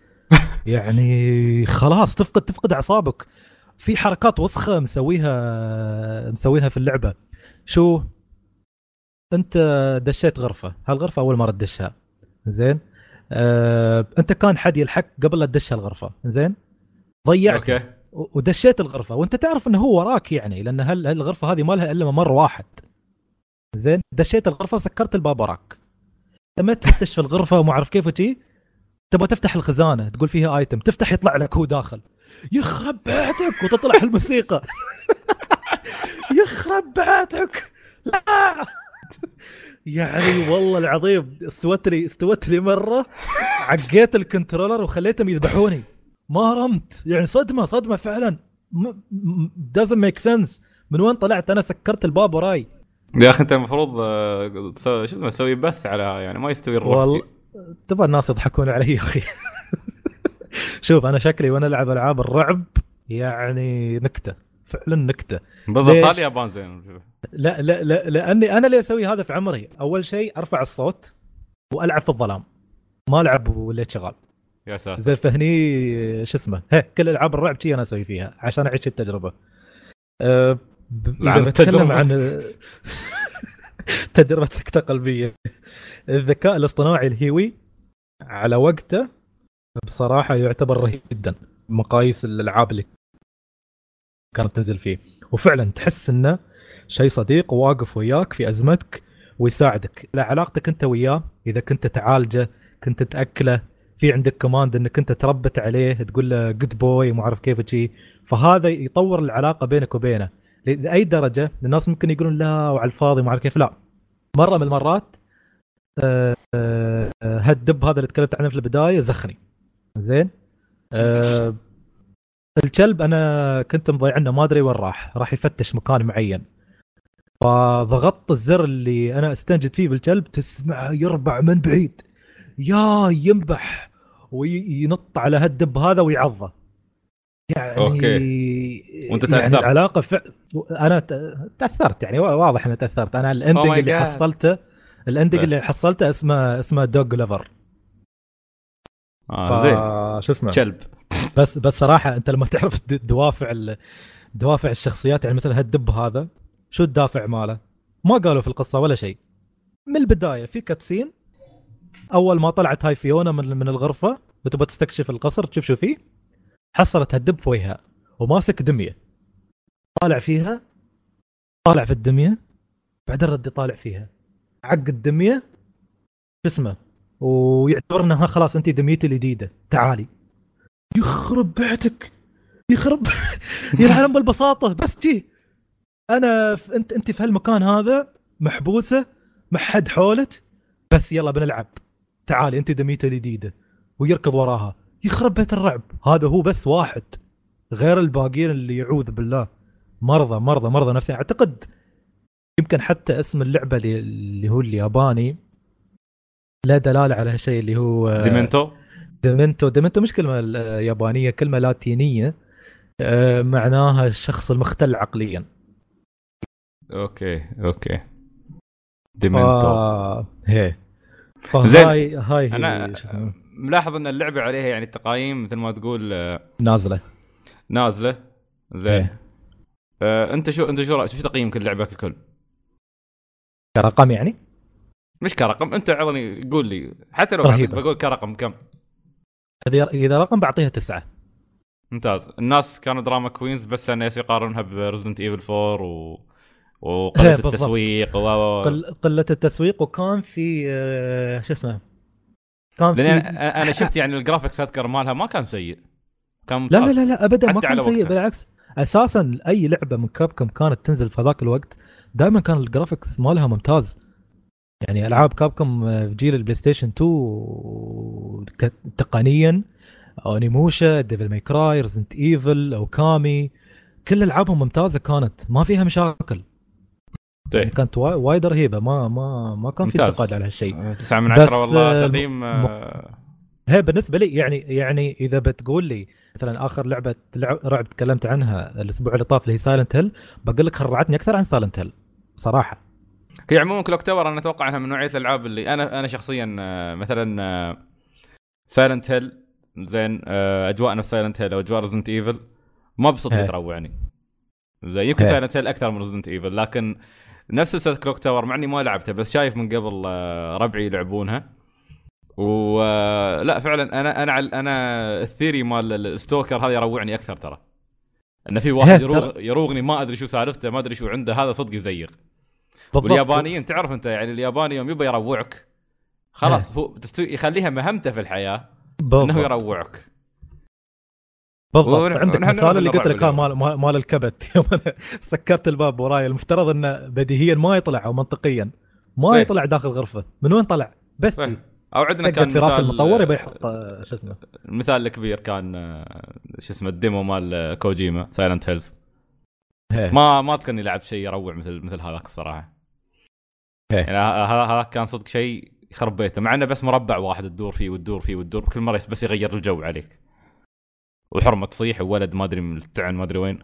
يعني خلاص تفقد تفقد اعصابك. في حركات وسخه مسويها مسوينها في اللعبه. شو انت دشيت غرفه، هالغرفه اول مره تدشها زين، آه، انت كان حد يلحق قبل لا تدش الغرفه زين، ضيعت اوكي ودشيت الغرفه وانت تعرف انه هو وراك، يعني لان هل الغرفه هذه ما لها الا ممر واحد زين، دشيت الغرفه وسكرت الباب وراك، لما تفتش في الغرفه وما اعرف كيف وشي، تبغى تفتح الخزانه تقول فيها ايتم، تفتح يطلع لك هو داخل، يخرب بيتك وتطلع الموسيقى. يخرب بيتك لا. يعني والله العظيم استوت لي استوت لي مره عقيت الكنترولر وخليتهم يذبحوني، ما رمت، يعني صدمه صدمه فعلا doesn't make sense. من وين طلعت انا؟ سكرت الباب وراي يا اخي. انت المفروض تسوي شو اسمه تسوي بث على يعني ما يستوي الروح والله تبغى الناس يضحكون علي يا اخي. شوف انا شكلي وانا العب العاب الرعب يعني نكته فعلا نكته. بالضبط هذا يابان زين. لا لا لا لاني انا اللي اسوي هذا في عمري، اول شيء ارفع الصوت والعب في الظلام، ما العب ولا شغال. يا ساتر زين فهني شو اسمه هي كل العاب الرعب شي انا اسوي فيها عشان اعيش التجربه. أه اذا بتكلم عن تجربه سكته قلبيه، الذكاء الاصطناعي الهيوي على وقته بصراحه يعتبر رهيب جدا مقاييس الالعاب اللي كانت تنزل فيه، وفعلا تحس انه شيء صديق واقف وياك في ازمتك ويساعدك. لا علاقتك انت وياه اذا كنت تعالجه، كنت تاكله، في عندك كوماند انك انت تربت عليه تقول له جود بوي وما اعرف كيف شيء، فهذا يطور العلاقه بينك وبينه لاي درجه. الناس ممكن يقولون لا وعلى الفاضي ما اعرف كيف، لا مره من المرات أه أه هالدب هذا اللي تكلمت عنه في البدايه زخني زين، أه الكلب انا كنت مضيعنه ما ادري وين راح، راح يفتش مكان معين، فضغطت الزر اللي انا استنجد فيه بالكلب، تسمع يربع من بعيد يا ينبح وينط على هالدب هذا ويعضه يعني. اوكي وانت تاثرت؟ يعني العلاقه ف... انا تاثرت يعني واضح اني تاثرت. انا الاندنج oh اللي حصلته الاندنج اللي حصلته اسمه اسمه دوغ ليفر اه زين شو اسمه كلب. بس بس صراحه انت لما تعرف دوافع دوافع الشخصيات، يعني مثل هالدب هذا شو الدافع ماله، ما قالوا في القصه ولا شيء. من البدايه في كاتسين، اول ما طلعت هاي فيونا من من الغرفه وتبغى تستكشف القصر تشوف شو فيه، حصلت هالدب في وجهها وماسك دميه، طالع فيها، طالع في الدميه، بعدين رد يطالع فيها، عق الدميه شو اسمه، ويعتبر انها خلاص انت دميتي الجديده تعالي. يخرب بيتك، يخرب يا العالم بالبساطه. بس جي انا ف... انت انت في هالمكان هذا محبوسه، ما حد حولك، بس يلا بنلعب، تعالي انت دميتي الجديده، ويركض وراها. يخرب بيت الرعب. هذا هو بس واحد، غير الباقيين اللي يعوذ بالله مرضى مرضى مرضى نفسيا. اعتقد يمكن حتى اسم اللعبه اللي هو الياباني لا دلاله على هالشيء، اللي هو ديمنتو. ديمنتو ديمنتو مش كلمه يابانيه، كلمه لاتينيه، معناها الشخص المختل عقليا. اوكي اوكي ديمنتو. آه هي زين. فهاي هاي هي انا ملاحظ ان اللعبه عليها يعني التقييم مثل ما تقول نازله نازله. زين. آه، انت شو انت شو شو تقييمك اللعبه ككل كرقم؟ يعني مش كرقم، انت عطني قول لي، حتى لو رهيبة. بقول كرقم كم؟ اذا اذا رقم بعطيها تسعة. ممتاز. الناس كانوا دراما كوينز بس لانه يقارنونها بريزدنت ايفل فور و... وقله التسويق و... قل... قله التسويق، وكان في آه... شو اسمه، كان في انا, أنا شفت يعني الجرافيكس اذكر مالها ما كان سيء، كان ممتاز. لا لا لا, لا ابدا ما كان سيء وقتها. بالعكس. اساسا اي لعبه من كابكوم كانت تنزل في هذاك الوقت دائما كان الجرافيكس مالها ممتاز. يعني العاب كابكوم في جيل البلاي ستيشن تو تقنيا، انيموشا، ديفل ماي كراي، ريزنت ايفل، او كامي، كل العابهم ممتازه كانت، ما فيها مشاكل. يعني كانت وايد رهيبه، ما ما ما كان في انتقاد على هالشيء. تسعة من عشرة والله تقييم. م... هي بالنسبه لي يعني يعني اذا بتقول لي مثلا اخر لعبه رعب تكلمت عنها الاسبوع اللي طاف اللي هي سايلنت هيل، بقول لك خرعتني اكثر عن سايلنت هيل صراحه. هي عموما كلوكتور انا اتوقع انها من نوعيه الالعاب اللي انا انا شخصيا مثلا سايلنت هيل زين، اجواء نفس سايلنت هيل او اجواء ريزنت ايفل ما بصدق تروعني. زين يمكن سايلنت هيل اكثر من ريزنت ايفل، لكن نفس سلسله كلوك تاور مع اني ما لعبتها بس شايف من قبل ربعي يلعبونها. ولا فعلا انا انا انا الثيري مال الستوكر هذا يروعني اكثر، ترى ان في واحد يروغ يروغني ما ادري شو سالفته، ما ادري شو عنده، هذا صدق يزيغ. واليابانيين تعرف انت يعني الياباني يوم يبغى يروعك خلاص هو يخليها مهمته في الحياه بالضبط. انه يروعك بالضبط. عندك مثال اللي قلت لك مال مال الكبت يوم سكرت الباب وراي، المفترض انه بديهيا ما يطلع او منطقيا ما طيب. يطلع داخل غرفه، من وين طلع؟ بس طيب. او عندنا كان في راس المطور يبي يحط شو اسمه، المثال الكبير كان شو اسمه الديمو مال كوجيما سايلنت هيلز، ما ما اذكرني لعبت شيء يروع مثل مثل هذاك الصراحه. يعني هذا كان صدق شيء يخرب بيته، مع انه بس مربع واحد تدور فيه وتدور فيه وتدور، كل مره بس يغير الجو عليك، وحرمه تصيح وولد ما ادري ملتعن ما ادري وين.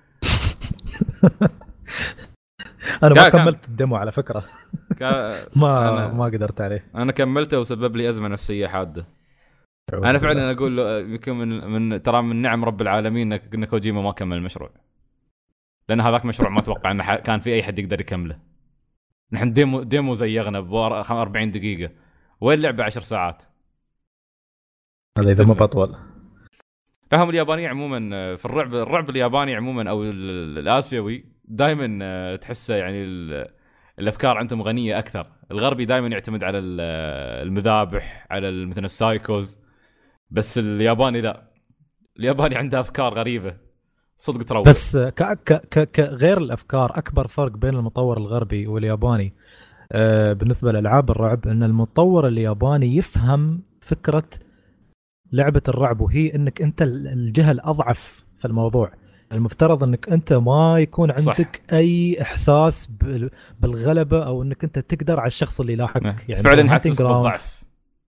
انا ما كملت الديمو على فكره. ما أنا ما قدرت عليه. انا كملته وسبب لي ازمه نفسيه حاده. انا فعلا اقول يمكن من, من ترى من نعم رب العالمين ان كوجيما ما كمل المشروع، لان هذاك مشروع ما اتوقع انه كان في اي حد يقدر يكمله. نحن ديمو ديمو زيغنا ب أربعين دقيقه، وين لعبه عشر ساعات؟ هذا اذا ما بطول. هم الياباني عموما في الرعب الرعب الياباني عموما او الاسيوي دائما تحسه يعني الافكار عندهم غنيه اكثر. الغربي دائما يعتمد على المذابح، على مثلا السايكوز، بس الياباني لا، الياباني عنده افكار غريبه صدق تروع. بس ك ك ك غير الافكار، اكبر فرق بين المطور الغربي والياباني آه بالنسبه لالعاب الرعب ان المطور الياباني يفهم فكره لعبه الرعب، وهي انك انت الجهه الاضعف في الموضوع. المفترض انك انت ما يكون عندك صح. اي احساس بالغلبه او انك انت تقدر على الشخص اللي لاحقك. يعني فعلا حاسس بالضعف.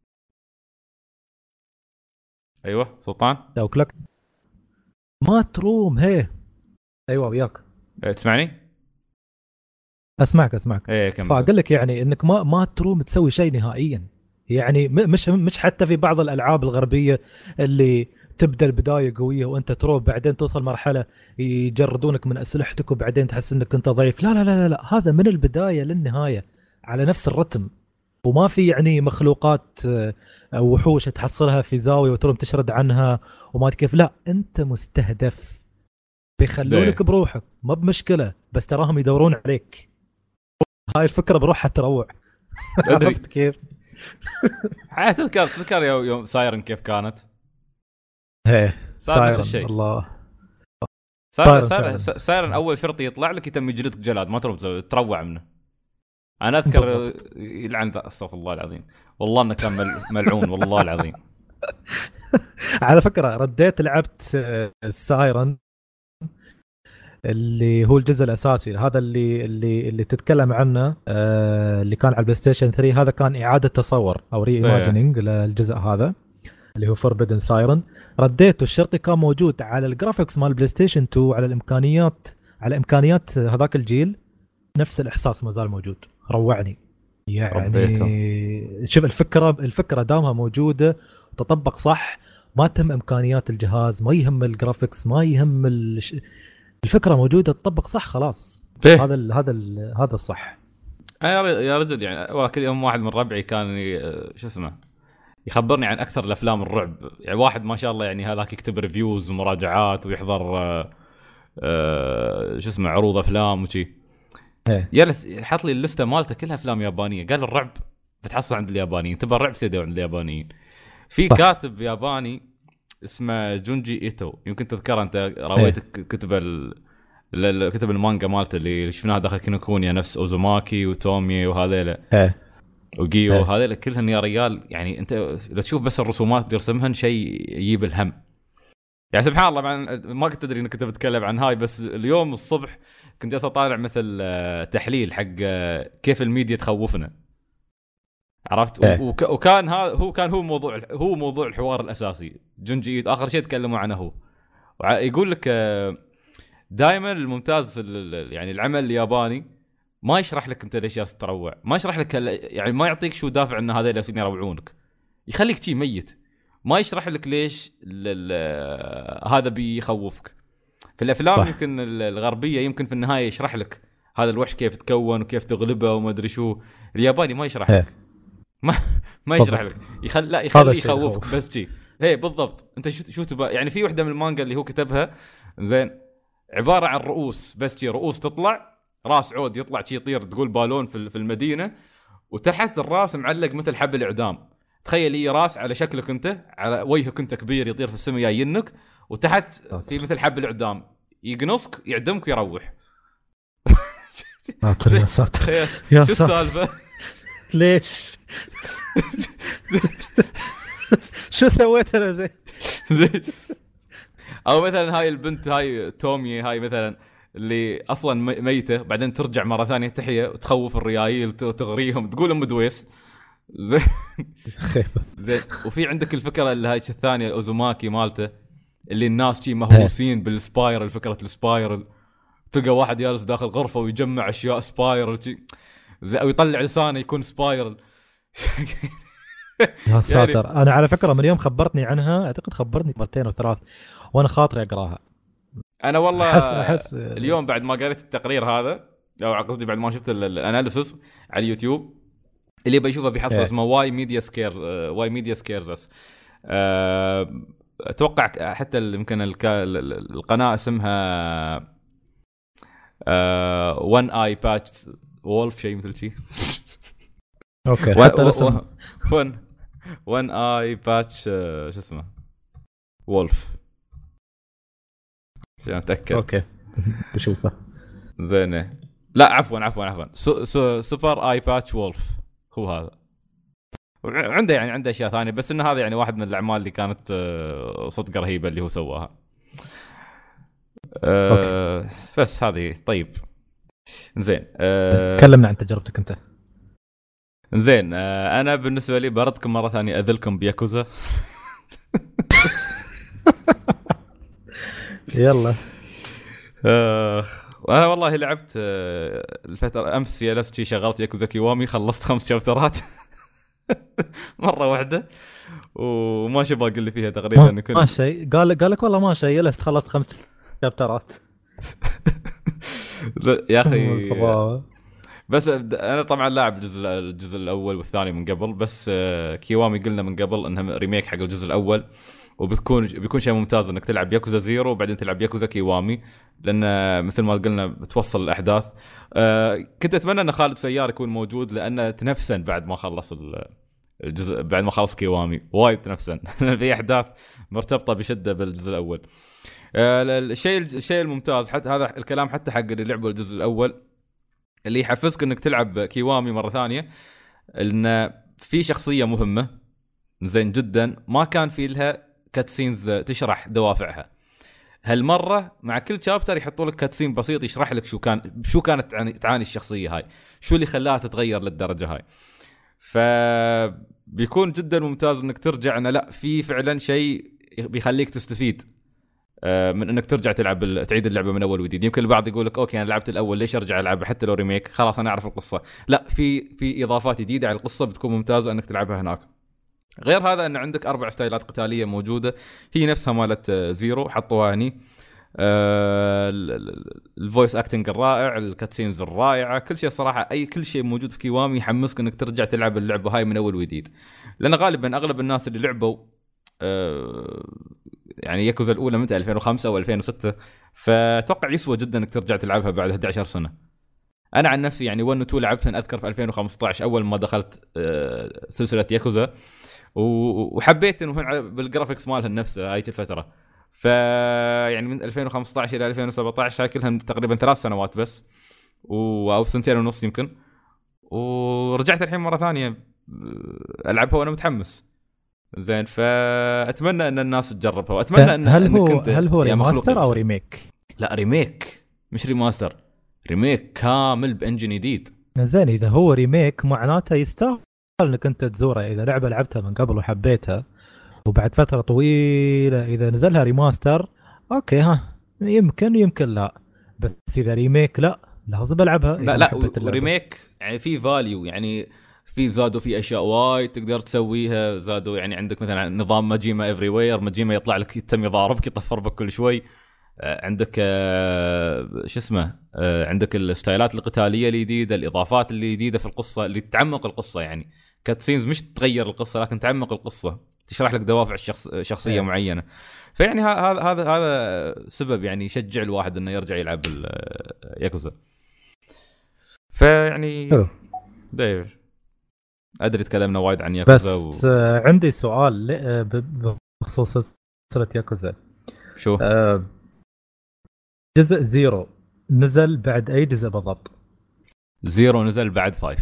ايوه سلطان توكلك ما تروم. هي ايوه وياك تسمعني؟ اسمعك اسمعك ايه كمل. فاقول لك يعني انك ما ما تروم تسوي شيء نهائيا. يعني مش مش حتى في بعض الالعاب الغربيه اللي تبدا البدايه قويه وانت تروح بعدين توصل مرحله يجردونك من اسلحتك وبعدين تحس انك انت ضعيف. لا لا لا لا, لا. هذا من البدايه للنهايه على نفس الرتم، وما في يعني مخلوقات او وحوش تحصلها في زاويه وتروم تشرد عنها وما كيف. لا، انت مستهدف، بيخلونك بروحك ما بمشكله، بس تراهم يدورون عليك. هاي الفكره بروحها تروع. عرفت كيف؟ تذكر تذكر يوم سايرن كيف كانت؟ ايه صار نفس الشيء. الله سايرن سايرن, سايرن اول شرطي يطلع لك يتم يجلدك جلاد ما تروح تروع منه. انا اذكر يلعن استغفر الله العظيم، والله انه كان ملعون والله العظيم. على فكره رديت لعبت السايرن اللي هو الجزء الاساسي هذا اللي اللي اللي تتكلم عنه، آه اللي كان على البلاي ستيشن ثري. هذا كان اعاده تصور او ري ايماجيننج للجزء هذا اللي هو فوربيدن سايرن. رديته الشرطي كان موجود على الجرافيكس مال البلاي ستيشن تو، على الامكانيات على امكانيات هذاك الجيل، نفس الاحساس ما زال موجود. روعني يعني ربيته. شوف الفكره الفكره دامها موجوده وتطبق صح، ما تهم امكانيات الجهاز، ما يهم الجرافيكس، ما يهم الش... الفكره موجوده تطبق صح خلاص. فيه. هذا ال هذا ال هذا الصح. يا رجل يعني كل يوم واحد من ربعي كان شو اسمه يخبرني عن اكثر الافلام الرعب. يعني واحد ما شاء الله يعني هذاك يكتب ريفيوز ومراجعات ويحضر آه آه شو اسمه عروض افلام وشي. جلس حط لي اللسته مالته كلها افلام يابانيه. قال الرعب بتحصل عند اليابانيين، تبى الرعب سيدي عند اليابانيين. في كاتب ياباني اسمه جونجي ايتو، يمكن تذكره انت، رويت كتب ال كتب المانجا مالته اللي شفناها داخل كينوكونيا، نفس اوزوماكي وتومي وهذيلا وجيو هذيلا كلهن يا رجال. يعني انت لو تشوف بس الرسومات اللي يرسمهن شيء يجيب الهم. يعني سبحان الله، ما كنت ادري انك كنت بتتكلم عن هاي، بس اليوم الصبح كنت اطالع مثل تحليل حق كيف الميديا تخوفنا، عرفت؟ اه. وكان هذا هو كان هو موضوع هو موضوع الحوار الاساسي. جونجي اخر شيء تكلموا عنه هو يقول لك دائما الممتاز في يعني العمل الياباني ما يشرح لك انت ليش جالس تروع، ما يشرح لك يعني ما يعطيك شو دافع ان هذول جالسين يروعونك، يخليك شيء ميت، ما يشرح لك ليش هذا بيخوفك. في الافلام صح. يمكن الغربيه يمكن في النهايه يشرح لك هذا الوحش كيف تكون وكيف تغلبه وما ادري شو. الياباني ما يشرح لك، ما ما يشرح لك، يخل لا يخلي يخوفك بس شيء. هي بالضبط. انت شو شو تبغى يعني؟ في وحده من المانجا اللي هو كتبها زين عباره عن رؤوس بس شيء، رؤوس تطلع، راس عود يطلع شيء يطير، تقول بالون في المدينه، وتحت الراس معلق مثل حبل اعدام. تخيل هي راس على شكلك انت، على وجهك انت كبير يطير في السماء جايينك، وتحت في مثل حبل اعدام يقنصك يعدمك ويروح. يا ساتر يا ساتر، شو السالفه؟ ليش؟ شو سويت انا زين؟ او مثلا هاي البنت هاي تومي هاي مثلا اللي اصلا ميته بعدين ترجع مره ثانيه تحيا وتخوف الريايل وتغريهم، تقول ام دويس زين. زين. وفي عندك الفكره اللي هاي الثانيه الاوزوماكي مالته، اللي الناس شي مهووسين بالسبايرل، فكره السبايرل، تلقى واحد جالس داخل غرفه ويجمع اشياء سبايرل شي، او يطلع لسانه يكون سبايرل. يا ساتر. يعني انا على فكره من يوم خبرتني عنها، اعتقد خبرتني مرتين او ثلاث وانا خاطري اقراها. انا والله أحس أحس اليوم بعد ما قريت التقرير هذا، او قصدي بعد ما شفت الاناليسيس على اليوتيوب، اللي بيشوفه بيحصل إيه. اسمه واي ميديا سكير واي ميديا سكيرز. اتوقع حتى يمكن القناه اسمها وان اي باتش وولف شيء مثل شيء. اوكي حتى الاسم وان وان اي باتش شو اسمه وولف، عشان اتاكد. اوكي بشوفه زين. لا عفوا عفوا عفوا سو سو سوبر اي باتش وولف هو هذا. عنده يعني عنده اشياء ثانيه، بس ان هذا يعني واحد من الاعمال اللي كانت صدق رهيبه اللي هو سواها. أه بس هذه. طيب زين أه تكلمنا عن تجربتك انت. زين أه انا بالنسبه لي بردكم مره ثانيه اذلكم بياكوزا. يلا. اخ وانا والله لعبت الفتره امس يا لست شغلت ياكوزا كيوامي، خلصت خمس شابترات. مره واحده وما شي باقي اللي فيها تقريبا كل ما شيء. قال قال لك والله ما شيء الا خلصت خمس شابترات. يا اخي بس انا طبعا لاعب الجزء الجزء الاول والثاني من قبل، بس كيوامي قلنا من قبل انها ريميك حق الجزء الاول، وبتكون بيكون شيء ممتاز انك تلعب ياكوزا زيرو وبعدين تلعب ياكوزا كيوامي، لان مثل ما قلنا بتوصل الاحداث. كنت اتمنى ان خالد سيار يكون موجود لانه تنفسن بعد ما خلص الجزء، بعد ما خلص كيوامي وايد تنفسن في احداث مرتبطه بشده بالجزء الاول. الشيء الشيء الممتاز حتى هذا الكلام حتى حق اللي لعبوا الجزء الاول، اللي يحفزك انك تلعب كيوامي مره ثانيه، ان في شخصيه مهمه زين جدا ما كان في لها كاتسينز تشرح دوافعها. هالمره مع كل شابتر يحطوا لك كاتسين بسيط يشرح لك شو كان شو كانت تعاني الشخصيه هاي، شو اللي خلاها تتغير للدرجه هاي. فبيكون جدا ممتاز انك ترجع انه لا في فعلا شيء بيخليك تستفيد من انك ترجع تلعب تعيد اللعبه من اول وجديد. يمكن البعض يقول لك اوكي انا لعبت الاول ليش ارجع العبها حتى لو ريميك، خلاص انا اعرف القصه. لا، في في اضافات جديده على القصه بتكون ممتازه انك تلعبها هناك. غير هذا ان عندك اربع ستايلات قتاليه موجوده هي نفسها مالت زيرو حطوها هني. الفويس اكتنج الرائع، الكاتسينز الرائعه، كل شيء صراحه اي كل شيء موجود في كيوامي يحمسك انك ترجع تلعب اللعبه هاي من اول وجديد، لان غالبا اغلب الناس اللي لعبوا يعني ياكوزا الاولى من ألفين وخمسة او ألفين وستة، فتوقع يسوى جدا انك ترجع تلعبها بعد أحد عشر سنه. انا عن نفسي يعني واحد و اثنين لعبتها اذكر في ألفين وخمسة عشر اول ما دخلت سلسله ياكوزا، وحبيت انه بالجرافيكس مالها نفسه هاي الفتره. ف يعني من ألفين وخمسة عشر الى ألفين وسبعة عشر هاي كلها تقريبا ثلاث سنوات بس و... او سنتين ونص يمكن، ورجعت الحين مره ثانيه العبها وانا متحمس زين. فاتمنى ان الناس تجربها، واتمنى ان هل هو انك انت هل هو ريماستر او ريميك؟ لا ريميك مش ريماستر، ريميك كامل بانجن جديد. زين اذا هو ريميك معناته يستاهل انك انت تزوره. اذا لعبه لعبتها من قبل وحبيتها وبعد فتره طويله اذا نزلها ريماستر اوكي ها يمكن يمكن لا، بس اذا ريميك لا لازم العبها. لا لا ريميك يعني في فاليو، يعني في زادوا في اشياء وايد تقدر تسويها، زادوا يعني عندك مثلا نظام ماجيما افري وير، ماجيما يطلع لك يتم يضاربك يطفر بك كل شوي. عندك شو اسمه عندك الستايلات القتاليه الجديده، الاضافات الجديده في القصه اللي تعمق القصه، يعني كاتسينز مش تغير القصه لكن تعمق القصه، تشرح لك دوافع الشخص شخصيه معينه. فيعني هذا هذا هذا سبب يعني يشجع الواحد انه يرجع يلعب ياكوزا. فيعني داير ادري تكلمنا وايد عن ياكوزا بس و... عندي سؤال بخصوص سلسله ياكوزا. شو أه جزء زيرو نزل بعد اي جزء بالضبط؟ زيرو نزل بعد فايف.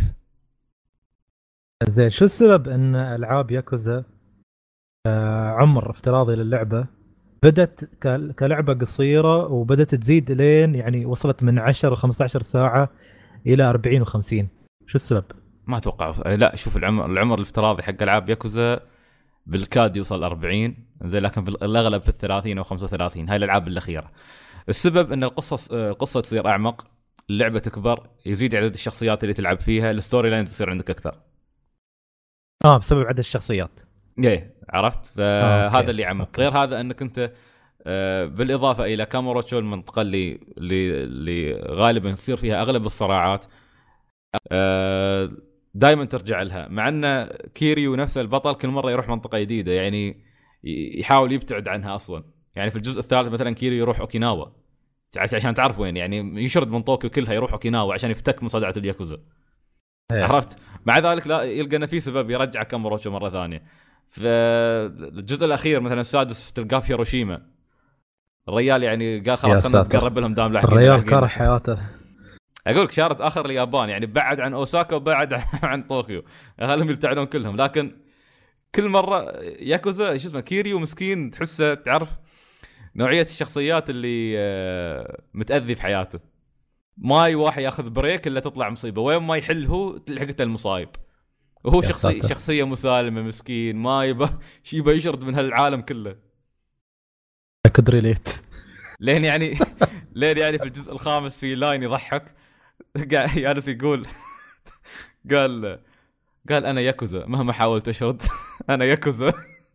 زين شو السبب ان العاب ياكوزا أه عمر افتراضي للعبه بدت كلعبه قصيره وبدت تزيد لين يعني وصلت من عشرة ل خمسة عشر ساعه الى أربعين و خمسين؟ شو السبب؟ ما اتوقع وص... لا شوف العمر العمر الافتراضي حق العاب ياكوزا بالكاد يوصل أربعين زي، لكن في الاغلب في الثلاثين او خمسة وثلاثين هاي الالعاب الاخيره. السبب ان القصه القصه تصير اعمق، اللعبه تكبر، يزيد عدد الشخصيات اللي تلعب فيها، الستوري لاينز تصير عندك اكثر. اه بسبب عدد الشخصيات. ايه عرفت، فهذا آه، اللي يعمق. غير هذا انك انت آه بالاضافه الى كاموروتشو المنطقه اللي اللي غالبا تصير فيها اغلب الصراعات آه دائما ترجع لها، مع ان كيريو نفسه البطل كل مره يروح منطقه جديده، يعني يحاول يبتعد عنها اصلا. يعني في الجزء الثالث مثلا كيريو يروح اوكيناوا عشان تعرف وين، يعني يشرد من طوكيو كلها يروح اوكيناوا عشان يفتك مصارعه الياكوزا. عرفت؟ مع ذلك لا يلقى انه في سبب يرجع كاموروتشو مره ثانيه. في الجزء الاخير مثلا السادس تلقاه في هيروشيما، الرجال يعني قال خلاص خلينا نقرب لهم دام لاحقين. الرجال كره حياته. اقولك شارت اخر اليابان، يعني بعد عن اوساكا وبعد عن طوكيو، خلهم يلتعنون كلهم. لكن كل مره ياكوزا شو اسمه كيريو مسكين تحسه تعرف نوعيه الشخصيات اللي متاذي في حياته، ما يواحد ياخذ بريك الا تطلع مصيبه، وين ما يحل هو تلحقته المصايب. وهو شخصي شخصيه مسالمه مسكين، ما يبى شيبه يشرد من هالعالم كله. كدري ليت لين يعني لين يعني في الجزء الخامس في لاين يضحك، قاعد يانس يقول قال قال انا ياكوزا مهما حاولت اشرد. انا ياكوزا.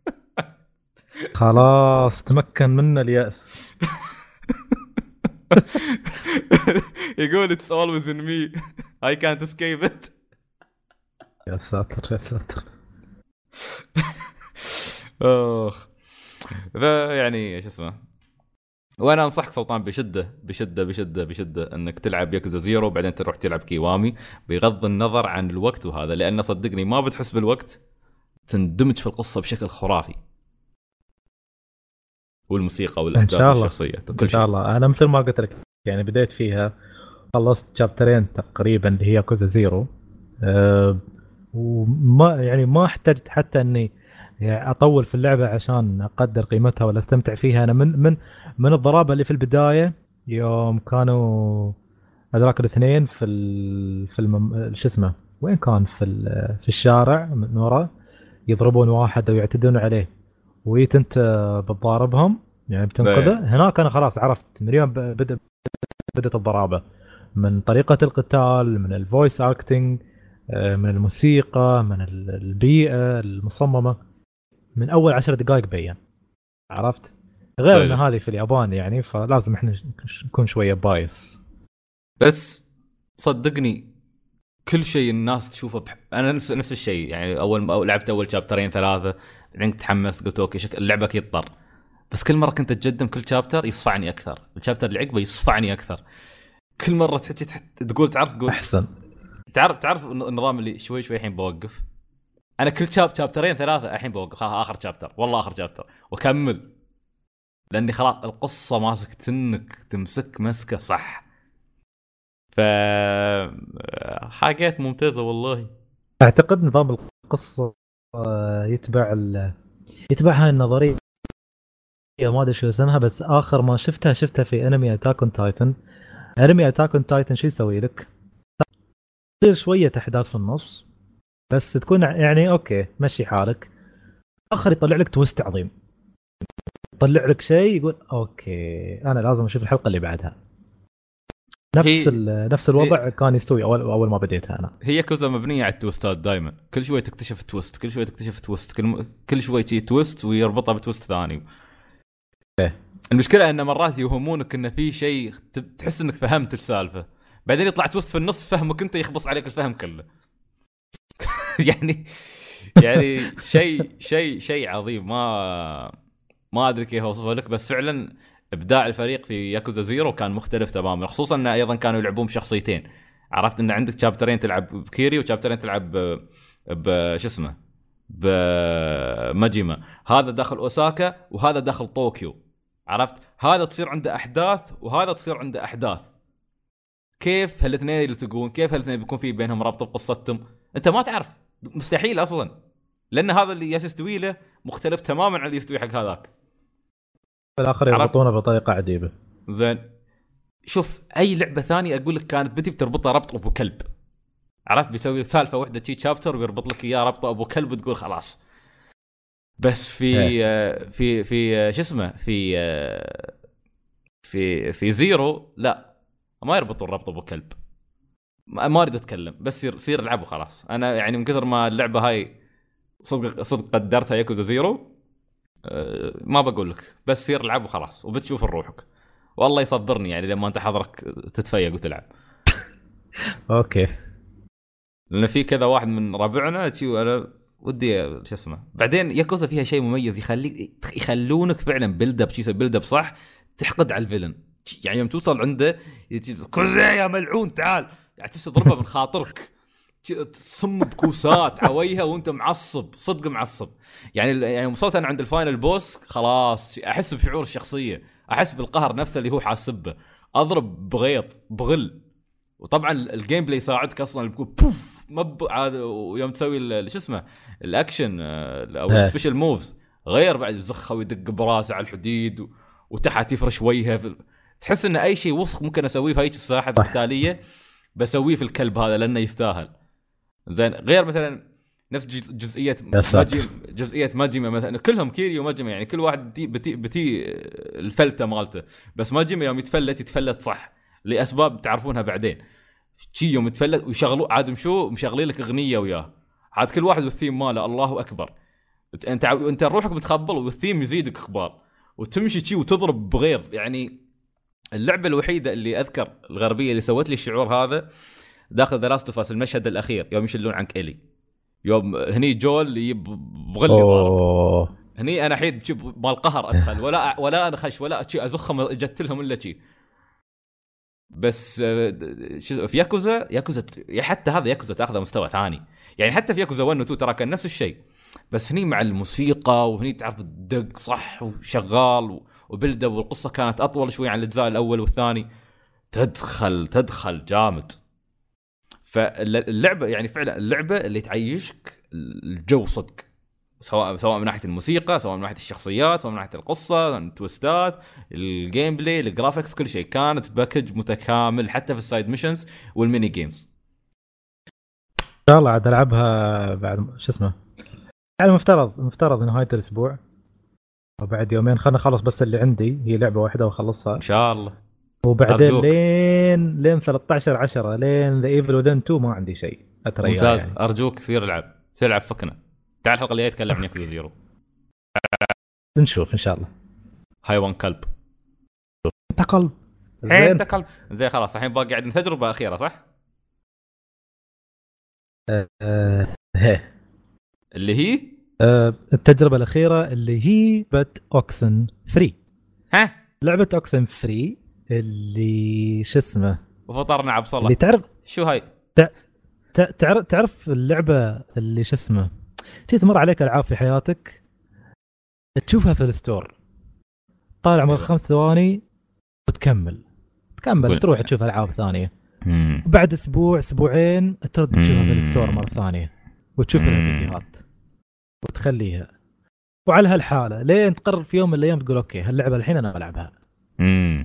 خلاص تمكن منا اليأس. يقول it's always in me I can't escape it. يا ساتر يا ساتر. اخ يعني ايش اسمه. وانا انصحك سلطان بشده بشده بشده بشده انك تلعب ياكوزا زيرو بعدين تروح تلعب كيوامي، بغض النظر عن الوقت وهذا، لانه صدقني ما بتحس بالوقت، تندمج في القصه بشكل خرافي، والموسيقى والاحداث والشخصيه كل ان شاء الله. انا مثل ما قلت لك يعني بديت فيها، خلصت شابترين تقريبا اللي هي ياكوزا زيرو، أه وما يعني ما احتجت حتى اني يعني اطول في اللعبه عشان اقدر قيمتها ولا استمتع فيها. انا من من من الضرابه اللي في البدايه يوم كانوا هذولاك الاثنين في ال في المم... شو اسمه وين كان في في الشارع من ورا يضربون واحد ويعتدون عليه، ويت انت بتضاربهم يعني بتنقذه. هناك انا خلاص عرفت من يوم بدا بدت الضرابه، من طريقه القتال، من الفويس اكتنج، من الموسيقى، من البيئه المصممه، من اول عشر دقائق بين عرفت. غير طيب. ان هذه في اليابان يعني فلازم احنا نكون شويه بايس. بس صدقني كل شيء الناس تشوفه بح... انا نفس نفس الشيء يعني. اول ما لعبت اول شابترين ثلاثه بعدين تحمست قلت اوكي شكل اللعبه يضطر، بس كل مره كنت اتقدم كل شابتر يصفعني اكثر، الشابتر اللي عقبه يصفعني اكثر. كل مره تحكي تحت... تقول تعرف تقول احسن. تعرف تعرف النظام اللي شوي شوي الحين بوقف. انا كل شاب شابترين ثلاثه الحين بوقف، خلاص اخر شابتر والله اخر شابتر واكمل، لاني خلاص القصه ماسك تنك تمسك مسكه صح. ف حاجات ممتازه والله. اعتقد نظام القصه يتبع ال... يتبع هاي النظريه، ما ادري شو اسمها، بس اخر ما شفتها شفتها في انمي اتاك اون تايتن. انمي اتاك اون تايتن شو يسوي لك؟ تصير شويه احداث في النص بس تكون يعني اوكي مشي حالك، اخر يطلع لك تويست عظيم، يطلع لك شيء يقول اوكي انا لازم اشوف الحلقه اللي بعدها. نفس نفس الوضع هي... كان يستوي اول اول ما بديتها انا. هي كوزا مبنيه على التويستات دائما، كل شوي تكتشف تويست، كل شوي تكتشف تويست، كل كل شوي شيء تويست ويربطها بتويست ثاني. إيه. المشكله ان مرات يوهمونك ان في شيء تحس انك فهمت السالفه، بعدين يطلع تويست في النص فهمك انت يخبص عليك الفهم كله. يعني يعني شيء شيء شيء عظيم، ما ما ادري كيف اوصفه لك، بس فعلا ابداع الفريق في ياكوزا زيرو كان مختلف تماما، خصوصا ان ايضا كانوا يلعبون بشخصيتين. عرفت ان عندك شابترين تلعب بكيري وشابترين تلعب بش اسمه بماجيما، هذا داخل اوساكا وهذا داخل طوكيو. عرفت هذا تصير عنده احداث وهذا تصير عنده احداث، كيف هالاثنين يلتقون؟ كيف هالاثنين بيكون في بينهم رابطه بقصتهم؟ انت ما تعرف، مستحيل اصلا، لان هذا اللي يستوي له مختلف تماما عن اللي يستوي حق هذاك. في الاخر يربطونه بطريقه عجيبه. زين شوف اي لعبه ثانيه اقول لك كانت بدي بتربطها ربط ابو كلب، عرفت بيسوي سالفه واحده شي شابتر ويربط لك اياه ربطه ابو كلب وتقول خلاص. بس في آه في في آه شو اسمه في آه في في زيرو لا ما يربطوا الربط ابو كلب. ما اريد اتكلم، بس يصير سير العبوا خلاص. انا يعني من كثر ما اللعبه هاي صدق صدق قدرتها ياكوزا زيرو أه ما بقول لك، بس سير العبوا خلاص وبتشوف روحك. والله يصبرني يعني لما انت حضرك تتفيق وتلعب. اوكي. لان في كذا واحد من ربعنا شي انا ودي شو اسمه. بعدين ياكوزا فيها شيء مميز يخليك يخلونك فعلا بيلد اب شيء بيلد اب صح، تحقد على الفيلن. يعني يوم توصل عنده كوزا يا ملعون تعال، يعني تضربه من خاطرك، تصم بكوسات عويها وانت معصب صدق معصب. يعني يعني وصلت انا عند الفاينل بوس خلاص احس بشعور الشخصيه، احس بالقهر نفسه اللي هو حاسبه، اضرب بغيظ بغل. وطبعا الجيم بلاي يساعدك اصلا بيكون بوف مب عاد، ويوم تسوي شو اسمه الاكشن او السبيشال موفز غير بعد زخه ويدق براسه على الحديد وتحت يفرش وجهه في... تحس ان اي شيء وسخ ممكن اسويه في هيك الساحه القتاليه بسويه في الكلب هذا لانه يستاهل. زين غير مثلا نفس جزئيه ماجيما، جزئيه ماجيما مثلا كلهم كيري وماجيما يعني كل واحد بتي بتي, بتي الفلته مالته، بس ماجيما يوم يتفلت يتفلت صح لاسباب تعرفونها بعدين. شي يوم يتفلت ويشغلوا عاد مشو مشغلين لك اغنيه وياه، عاد كل واحد والثيم ماله الله اكبر. انت انت روحك بتخبل والثيم يزيدك كبار وتمشي شي وتضرب بغيظ. يعني اللعبه الوحيده اللي اذكر الغربيه اللي سوت لي الشعور هذا داخل ذا لاست اوف اس، المشهد الاخير يوم يشلون عنك الي، يوم هني جول يبغلي ضارب، هني انا حيد مال قهر ادخل ولا ولا انا خش ولا شيء ازخهم اجت لهم الا شيء. بس في ياكوزا ياكوزا حتى هذا ياكوزا تاخذه مستوى ثاني. يعني حتى في ياكوزا واحد و اثنين ترى كان نفس الشيء، بس هني مع الموسيقى وهني تعرف الدق صح وشغال وبلده، والقصه كانت اطول شوي عن الاجزاء الاول والثاني. تدخل تدخل جامد. فاللعبه يعني فعلا اللعبه اللي تعيشك الجو صدق، سواء سواء من ناحيه الموسيقى، سواء من ناحيه الشخصيات، سواء من ناحيه القصه، التويستات، الجيم بلاي، الجرافيكس، كل شيء كانت باكج متكامل حتى في السايد ميشنز والميني جيمز. ان شاء الله عاد العبها بعد شو اسمه، يعني مفترض مفترض نهايه الاسبوع وبعد يومين خلنا نخلص بس اللي عندي هي لعبه واحده واخلصها ان شاء الله، وبعدين أرجوك. لين لين ثلاثة عشر عشرة لين ذا ايفل وذن تو ما عندي شيء اتريا. ممتاز يعني. ارجوك سير العب سير العب فكنا. تعال الحلقه اللي يتكلم عن ياكوزا زيرو. نشوف ان شاء الله. حيوان كلب انت قلب زين انت قلب زين. خلاص الحين باقي عندنا تجربه اخيره صح؟ أه أه هي. اللي هي أه التجربه الاخيره اللي هي بت اوكسن فري. ها لعبه اوكسن فري اللي شو اسمه وفطرنا عبد الله اللي تعرف شو هاي تع... تعرف تعرف اللعبه اللي شو اسمه تي تمر عليك العاب في حياتك تشوفها في الستور طالع من خمس ثواني وتكمل تكمل تروح تشوف العاب ثانيه مم. بعد اسبوع اسبوعين ترد تشوفها في الستور مره ثانيه وتشوف لها فيديوهات وتخليها وعلى هالحاله لين تقرر في يوم من الايام تقول اوكي هاللعبه الحين انا بلعبها. امم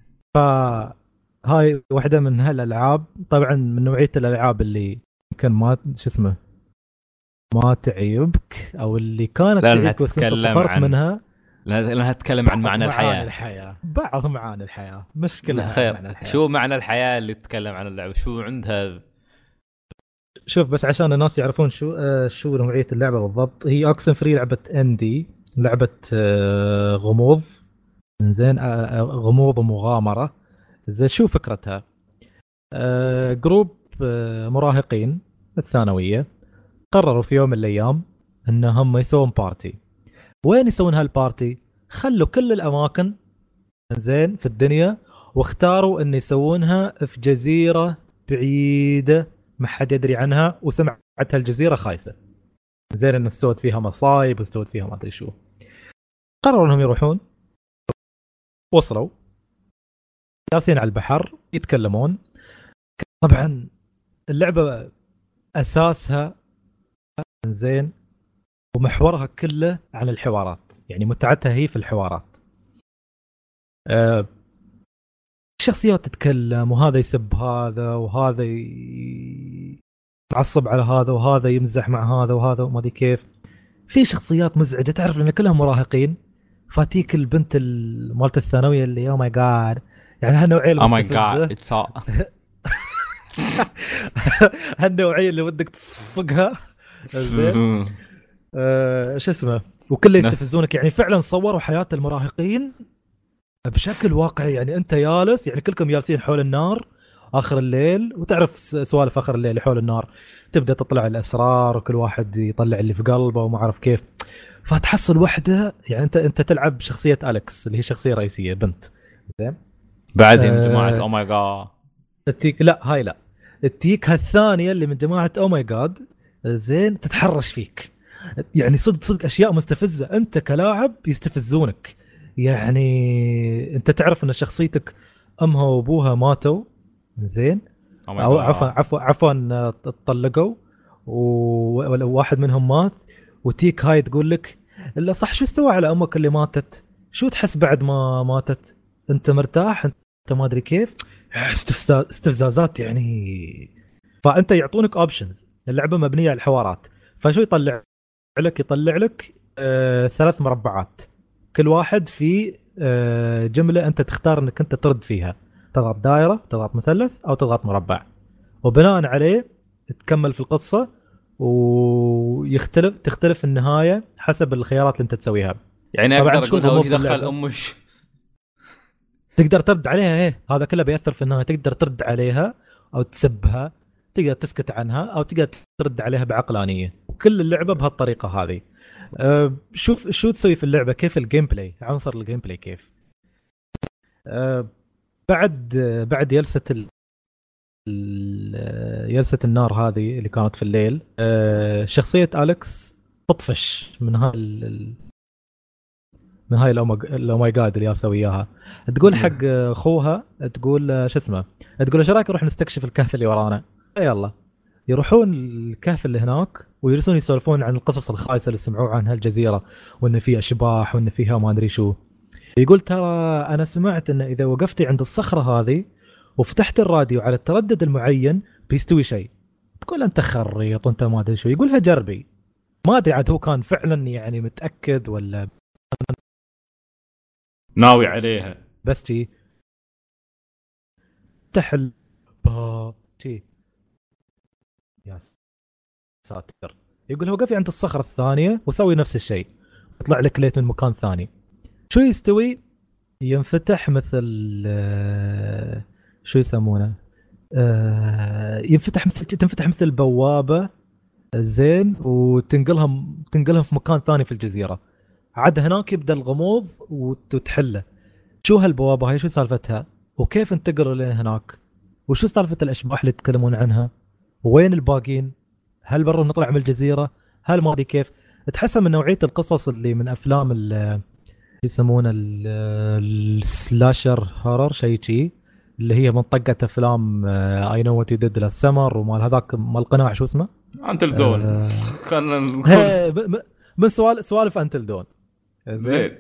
فهاي واحده من هالالعاب طبعا من نوعيه الالعاب اللي يمكن ما شو اسمه ما تعيبك او اللي كانت تعيبك بس انت طفرت منها لانها تتكلم عن معنى الحياه. معاني الحياه بعض معاني الحياة مشكله خير معنى الحياة. شو معنى الحياه اللي تتكلم عن اللعبه شو عندها؟ شوف بس عشان الناس يعرفون شو آه شو نوعيه اللعبه بالضبط. هي اوكسن فري لعبه اندي لعبه آه غموض زين آه غموض ومغامره زين. شو فكرتها؟ آه جروب آه مراهقين الثانويه قرروا في يوم من الايام ان هم يسوون بارتي. وين يسوون هالبارتي؟ خلوا كل الاماكن زين في الدنيا واختاروا ان يسوونها في جزيره بعيده ما حد يدري عنها وسمعت هالجزيره خايسه زين ان استوت فيها مصايب واستوت فيها ما ادري شو. قرروا انهم يروحون وصلوا جالسين على البحر يتكلمون. طبعا اللعبه اساسها زين ومحورها كله عن الحوارات يعني متعتها هي في الحوارات. أه الشخصيات تتكلم وهذا يسب هذا وهذا يعصب على هذا وهذا يمزح مع هذا وهذا وما ادري كيف. في شخصيات مزعجه تعرف ان كلهم مراهقين فاتيك البنت مالت الثانويه اللي او ماي جاد يعني هالنوعيه المستفزه هالنوعيه اللي ودك تصفقها زين آه شو اسمه وكله يستفزونك يعني فعلا صوروا حياه المراهقين بشكل واقعي. يعني انت جالس يعني كلكم جالسين حول النار اخر الليل وتعرف سوالف اخر الليل حول النار تبدا تطلع الاسرار وكل واحد يطلع اللي في قلبه وما اعرف كيف. فتحصل وحده يعني انت انت تلعب شخصيه اليكس اللي هي شخصيه رئيسيه بنت زين بعدين من جماعه او ماي جاد التيك لا هاي لا التيك هالثانيه اللي من جماعه او ماي جاد زين تتحرش فيك يعني صدق صدق اشياء مستفزه انت كلاعب يستفزونك. يعني انت تعرف ان شخصيتك امها وابوها ماتوا زين او عفوا عفوا عفوا طلقوا وواحد منهم مات وتيك هاي تقول لك الا صح شو استوى على امك اللي ماتت شو تحس بعد ما ماتت انت مرتاح انت ما ادري كيف استفزازات يعني. فانت يعطونك اوبشنز اللعبه مبنيه على الحوارات فشو يطلع لك يطلع لك آه ثلاث مربعات كل واحد في آه جمله انت تختار انك انت ترد فيها تضغط دائره تضغط مثلث او تضغط مربع وبناء عليه تكمل في القصه ويختلف تختلف النهايه حسب الخيارات اللي انت تسويها. يعني اقدر اقولها وش دخل امش تقدر ترد عليها ايه، هذا كله بيأثر في النهايه. تقدر ترد عليها او تسبها، تقدر تسكت عنها او تقدر ترد عليها بعقلانيه. كل اللعبه بهالطريقه هذه. أه شوف شو تسوي في اللعبه، كيف الجيم بلاي، عنصر الجيم بلاي كيف. أه بعد بعد جلسه ال... جلسه النار هذه اللي كانت في الليل، أه شخصيه أليكس تطفش من هاي ال... من هاي الأوماي جاد اللي اسوي اياها. تقول حق اخوها، تقول شو اسمه، تقول ايش رايك نروح نستكشف الكهف اللي ورانا. يلا يروحون الكهف اللي هناك ويجلسون يسولفون عن القصص الخايسه اللي سمعوها عن هالجزيره، وان فيها اشباح وان فيها ما ادري شو. يقول ترى انا سمعت ان اذا وقفتي عند الصخره هذه وفتحت الراديو على التردد المعين بيستوي شيء. تقول انت خريط وانت ما ادري شو. يقولها جربي. ما ادري عاد هو كان فعلا يعني متاكد ولا ناوي عليها بس تي تحل با تي يا ساتر. يقول وقفي عند الصخرة الثانية وسوي نفس الشيء، يطلع لك ليت من مكان ثاني. شو يستوي؟ ينفتح مثل شو يسمونه، ينفتح مثل تنفتح مثل بوابة زين، وتنقلها تنقلها في مكان ثاني في الجزيرة. عاد هناك يبدأ الغموض وتتحله. شو هالبوابة هاي، شو سالفتها، وكيف انتقلوا لين هناك، وشو سالفة الأشباح اللي يتكلمون عنها، وين الباقين، هل برا نطلع من الجزيرة، هل ما ادري كيف. تحسها من نوعية القصص اللي من أفلام اللي يسمونه السلاشر هورر شيء شيء، اللي هي منطقة أفلام اي نو وات يو ديد للسمر ومال هذاك مال القناع شو اسمه انتل دون. آه خلنا نقول من سوال سوالف انتل دون. زين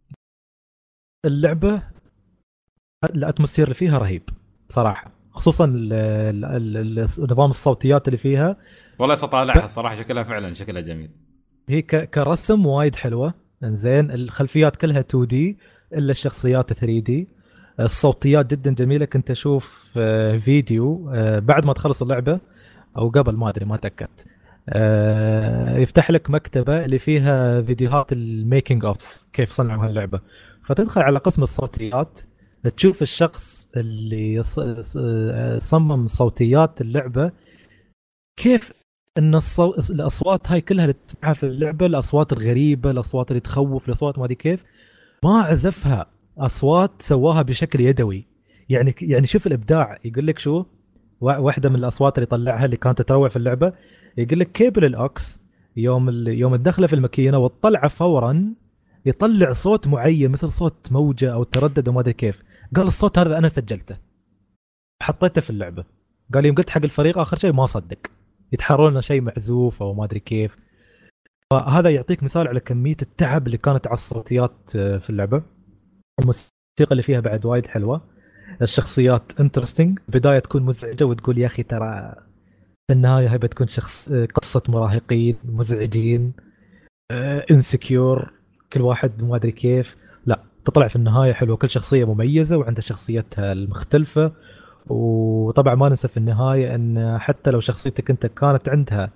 اللعبة الاتموسفير اللي فيها رهيب بصراحه، خصوصا نظام الصوتيات اللي فيها. والله سطالعها الصراحه، شكلها فعلا شكلها جميل. هي كرسم وايد حلوه. زين الخلفيات كلها تو دي الا الشخصيات ثري دي. الصوتيات جدا جميله. كنت اشوف فيديو بعد ما تخلص اللعبه او قبل ما ادري ما تاكدت، يفتح لك مكتبه اللي فيها فيديوهات الميكينج اوف كيف صنعوا هاللعبه. فتدخل على قسم الصوتيات تشوف الشخص اللي صمم صوتيات اللعبة كيف ان الصو... الاصوات هاي كلها اللي تسمعها في اللعبة، الاصوات الغريبة، الاصوات اللي تخوف، الاصوات ما ادري كيف، ما عزفها اصوات سواها بشكل يدوي. يعني يعني شوف الابداع. يقول لك شو واحدة من الاصوات اللي طلعها اللي كانت تروع في اللعبة، يقول لك كيبل الاكس يوم ال... يوم تدخله في الماكينة وتطلعه فورا يطلع صوت معين مثل صوت موجة او تردد وما ادري كيف. قال الصوت هذا انا سجلته حطيته في اللعبه. قال يوم قلت حق الفريق اخر شيء ما صدق، يتحرون لنا شيء معزوف او ما ادري كيف. فهذا يعطيك مثال على كميه التعب اللي كانت على الصوتيات في اللعبه. الموسيقى اللي فيها بعد وايد حلوه. الشخصيات انترستنج، بدايه تكون مزعجه وتقول يا اخي ترى في النهايه هي بتكون شخص قصه مراهقين مزعجين انسكيور كل واحد ما ادري كيف. لا تطلع في النهايه حلوه، كل شخصيه مميزه وعندها شخصيتها المختلفه. وطبعا ما ننسى في النهايه ان حتى لو شخصيتك انت كانت عندها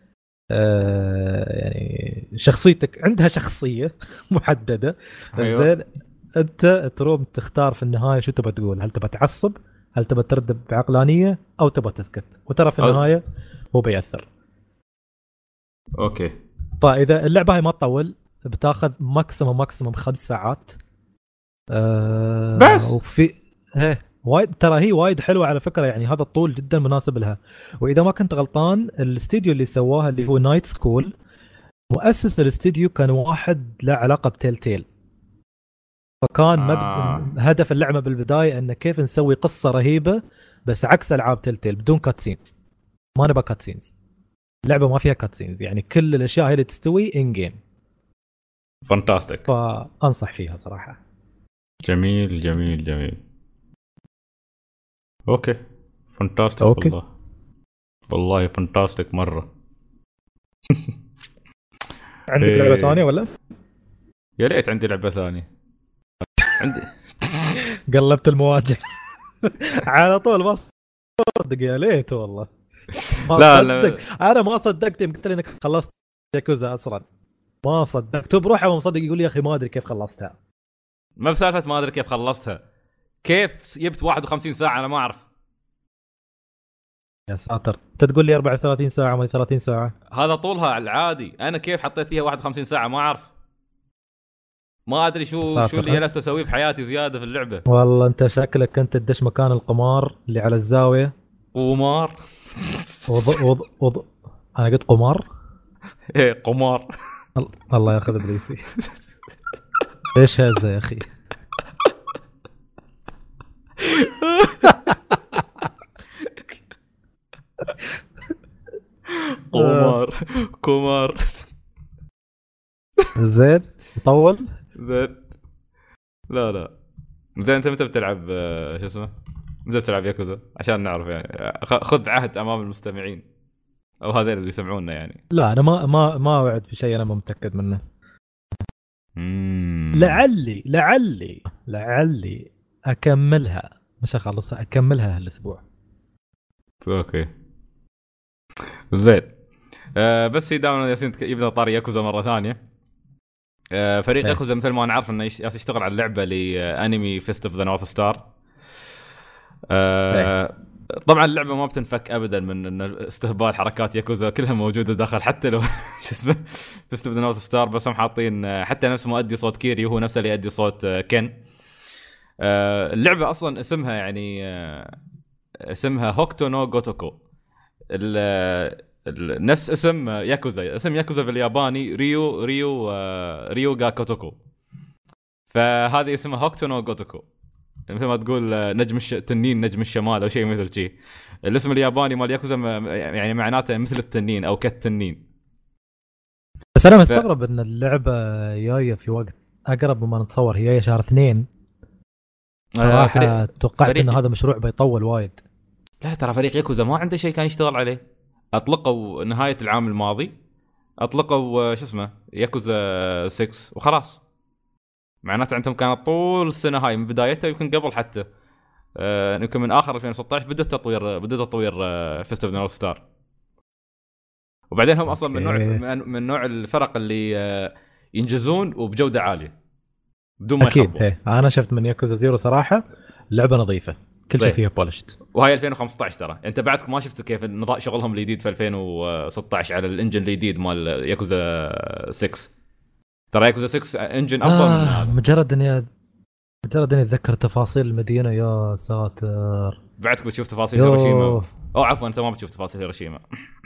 آه يعني شخصيتك عندها شخصيه محدده. أيوة. زين انت تروم تختار في النهايه شو تبى تقول، هل تبى تعصب، هل تبى ترد بعقلانيه، او تبى تسكت. وترى في النهايه هو بيأثر. اوكي. فاذا اللعبه هاي ما تطول بتاخذ ماكسيموم ماكسيموم خمس ساعات أه بس. وفي هي وايد ترى هي وايد حلوه على فكره، يعني هذا الطول جدا مناسب لها. واذا ما كنت غلطان الاستديو اللي سواها اللي هو نايت سكول، مؤسس الاستديو كان واحد له علاقه بتيل تيل. فكان آه. مب... هدف اللعبه بالبدايه انه كيف نسوي قصه رهيبه بس عكس العاب تيل تيل بدون كاتسينز. ما نبغى كاتسينز، اللعبه ما فيها كاتسينز، يعني كل الاشياء هي اللي تستوي ان جيم. فانتاستيك. فانصح فيها صراحه. جميل جميل جميل. اوكي فانتاستيك. أوكي. والله والله فانتاستيك مره. عندك لعبه ثانيه ولا؟ يا ريت عندي لعبه ثانيه. عندي قلبت المواجهه على طول. ما صدق يا ليت والله. لا لا انا ما صدقت يوم قلت لي انك خلصت ياكوزا اصلا ما صدقت بروحه ومصدق يقول لي يا اخي ما ادري كيف خلصتها. ما بسالفه ما ادري كيف خلصتها كيف جبت واحد وخمسين ساعه انا ما اعرف. يا ساتر انت تقول لي أربعة وثلاثين ساعه ما ثلاثين ساعه هذا طولها العادي انا كيف حطيت فيها واحد وخمسين ساعه ما اعرف. ما ادري شو شو اللي جلست اسويه في حياتي زياده في اللعبه. والله انت شكلك كنت تدش مكان القمار اللي على الزاويه. قمار وض... وض... وض... انا قلت قمار ايه قمار. الله ياخذ ابليسي. ايش هذا يا اخي؟ قمار قمار زين طول زين. لا لا زين انت متى بتلعب شو اسمه متى بتلعب ياكوزا عشان نعرف يعني خذ عهد امام المستمعين او هذول اللي يسمعونا يعني. لا انا ما ما ما اوعد بشيء انا ما متاكد منه. مم. لعلي لعلي لعلي اكملها مش اخلصها اكملها هالاسبوع. اوكي زين. آه بس في دائما ياسين يبدا طاري ياكوزا مره ثانيه. آه فريق ياكوزا مثل ما نعرف انه يشتغل على اللعبه لانمي فيست اوف ذا نورث ستار. آه طبعا اللعبه ما بتنفك ابدا من ان استهبال حركات ياكوزا كلها موجوده داخل حتى لو شو اسمه فيست اوف ذا نورث ستار بس هم حاطين حتى نفس مؤدي صوت كيريو هو نفسه اللي يؤدي صوت كن. آه اللعبه اصلا اسمها يعني آه اسمها هوكتو نو غوتوكو. نفس اسم ياكوزا اسم ياكوزا بالياباني ريو ريو آه ريوغا كوتوكو. فهذه اسمها هوكتو نو غوتوكو مثل ما تقول نجم التنين نجم الشمال او شيء مثل شيء. الاسم الياباني مال ياكوزا يعني معناته مثل التنين او كالتنين. بس انا مستغرب ف... ان اللعبه جايه في وقت اقرب مما نتصور. هي شهر اثنين صراحه. آه توقعت فريق... ان هذا مشروع بيطول وايد. لا ترى فريق ياكوزا ما عنده شيء كان يشتغل عليه. اطلقوا نهايه العام الماضي اطلقوا شو اسمه ياكوزا ستة وخلاص. معناته عندهم كانت طول السنه هاي من بدايتها يمكن قبل حتى آه يمكن من اخر ألفين وستة عشر بدأت تطوير بدأت تطوير آه فيست اوف ذا نورث ستار. وبعدين هم اصلا من نوع من نوع الفرق اللي آه ينجزون وبجوده عاليه بدون ما يخبوا. اكيد انا شفت من ياكوزا زيرو صراحه اللعبه نظيفة كل شيء فيها بولشت. وهاي ألفين وخمسة عشر ترى انت بعدك ما شفت كيف نظام شغلهم الجديد في ألفين وستة عشر على الانجن الجديد مال ياكوزا ستة. ترى ياكوزا ستة انجن افضل آه من هذا. مجرد اني مجرد اني اتذكر تفاصيل المدينه يا ساتر. بعدك بتشوف تفاصيل هيروشيما او عفوا انت ما بتشوف تفاصيل هيروشيما.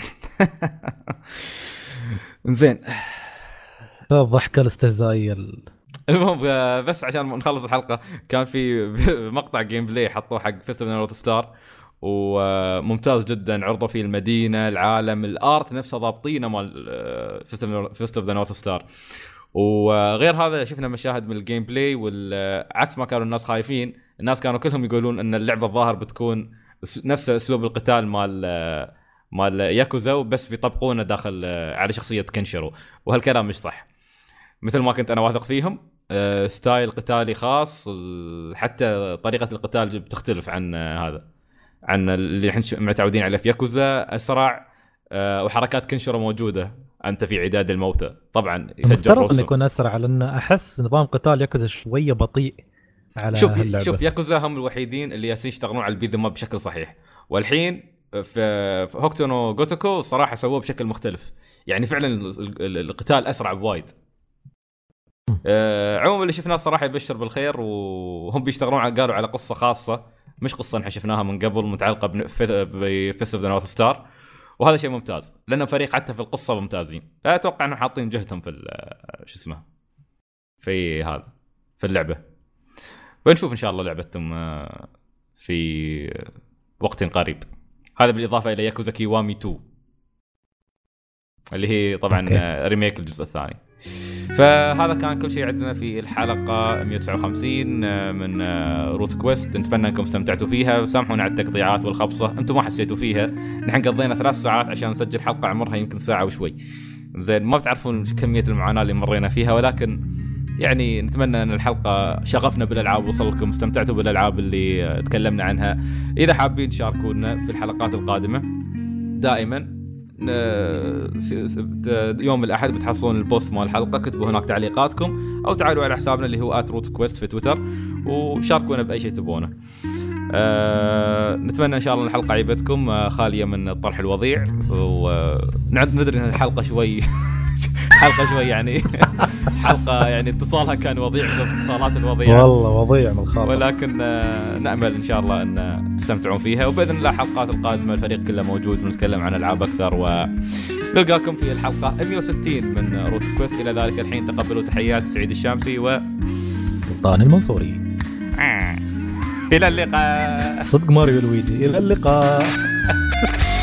زين الضحكه الاستهزائيه ال... المهم بس عشان نخلص الحلقه كان في مقطع جيم بلاي حطوه حق فيست اوف ذا نورث ستار وممتاز جدا. عرضوا فيه المدينه العالم الارت نفسه ضابطينه مال فيست اوف ذا نورث ستار. وغير هذا شفنا مشاهد من الجيم بلاي والعكس ما كانوا الناس خايفين. الناس كانوا كلهم يقولون ان اللعبه الظاهر بتكون نفس اسلوب القتال مال مال ياكوزا وبس بيطبقونه داخل على شخصيه كنشيرو. وهالكلام مش صح مثل ما كنت انا واثق فيهم. ستايل قتالي خاص حتى طريقه القتال بتختلف عن هذا عن اللي احنا متعودين عليه في ياكوزا. اسرع وحركات كنشيرو موجوده. انت في عداد الموتى طبعا يفترض انه يكون اسرع لان احس نظام قتال ياكوزا شويه بطيء على شوف اللعبة. شوف ياكوزا هم الوحيدين اللي ياسين يشتغلون على البيذ ماب بشكل صحيح. والحين في هوكتو نو غوتوكو صراحه سووه بشكل مختلف يعني فعلا القتال اسرع بوايد. أه عموما اللي شفناه الصراحه يبشر بالخير وهم بيشتغلون على قالوا على قصه خاصه مش قصه احنا شفناها من قبل متعلقه بفيست اوف ذا نورث ستار. وهذا شيء ممتاز لأنه فريق حتى في القصة ممتازين. لا أتوقع أنهم حاطين جهدهم في شو اسمه في هذا في اللعبة. ونشوف إن شاء الله لعبتهم في وقت قريب. هذا بالإضافة إلى ياكوزا كيوامي اثنين اللي هي طبعا okay. ريميك الجزء الثاني. فهذا كان كل شيء عندنا في الحلقة مية وتسعة وخمسين من روت كويست. نتمنى انكم استمتعتوا فيها وسامحونا على التقطيعات والخبصة. انتم ما حسيتوا فيها. نحن قضينا ثلاث ساعات عشان نسجل حلقة عمرها يمكن ساعة وشوي. زين ما بتعرفون كمية المعاناة اللي مرينا فيها ولكن يعني نتمنى ان الحلقة شغفنا بالالعاب وصل لكم استمتعتوا بالالعاب اللي تكلمنا عنها. اذا حابين تشاركونا في الحلقات القادمة دائما يوم الأحد بتحصلون البوست مال الحلقة، اكتبوا هناك تعليقاتكم أو تعالوا على حسابنا اللي هو آت روت كويست في تويتر وشاركونا بأي شيء تبونه. أه نتمنى إن شاء الله الحلقة عجبتكم، أه خالية من الطرح الوضيع، وندري أن الحلقة شوي حلقة شوي يعني حلقة يعني اتصالها كان وضيع بسبب اتصالات الوضيع، والله وضيع من الخاطر، ولكن أه نأمل إن شاء الله أن تستمتعون فيها، وبإذن الله الحلقات القادمة الفريق كله موجود ونتكلم عن ألعاب أكثر، ونلقاكم في الحلقة مئة وستين من روت كويست. إلى ذلك الحين تقبلوا تحيات سعيد الشامسي و سلطان المنصوري. إلى اللقاء. صدق ماريو لويجي. إلى اللقاء.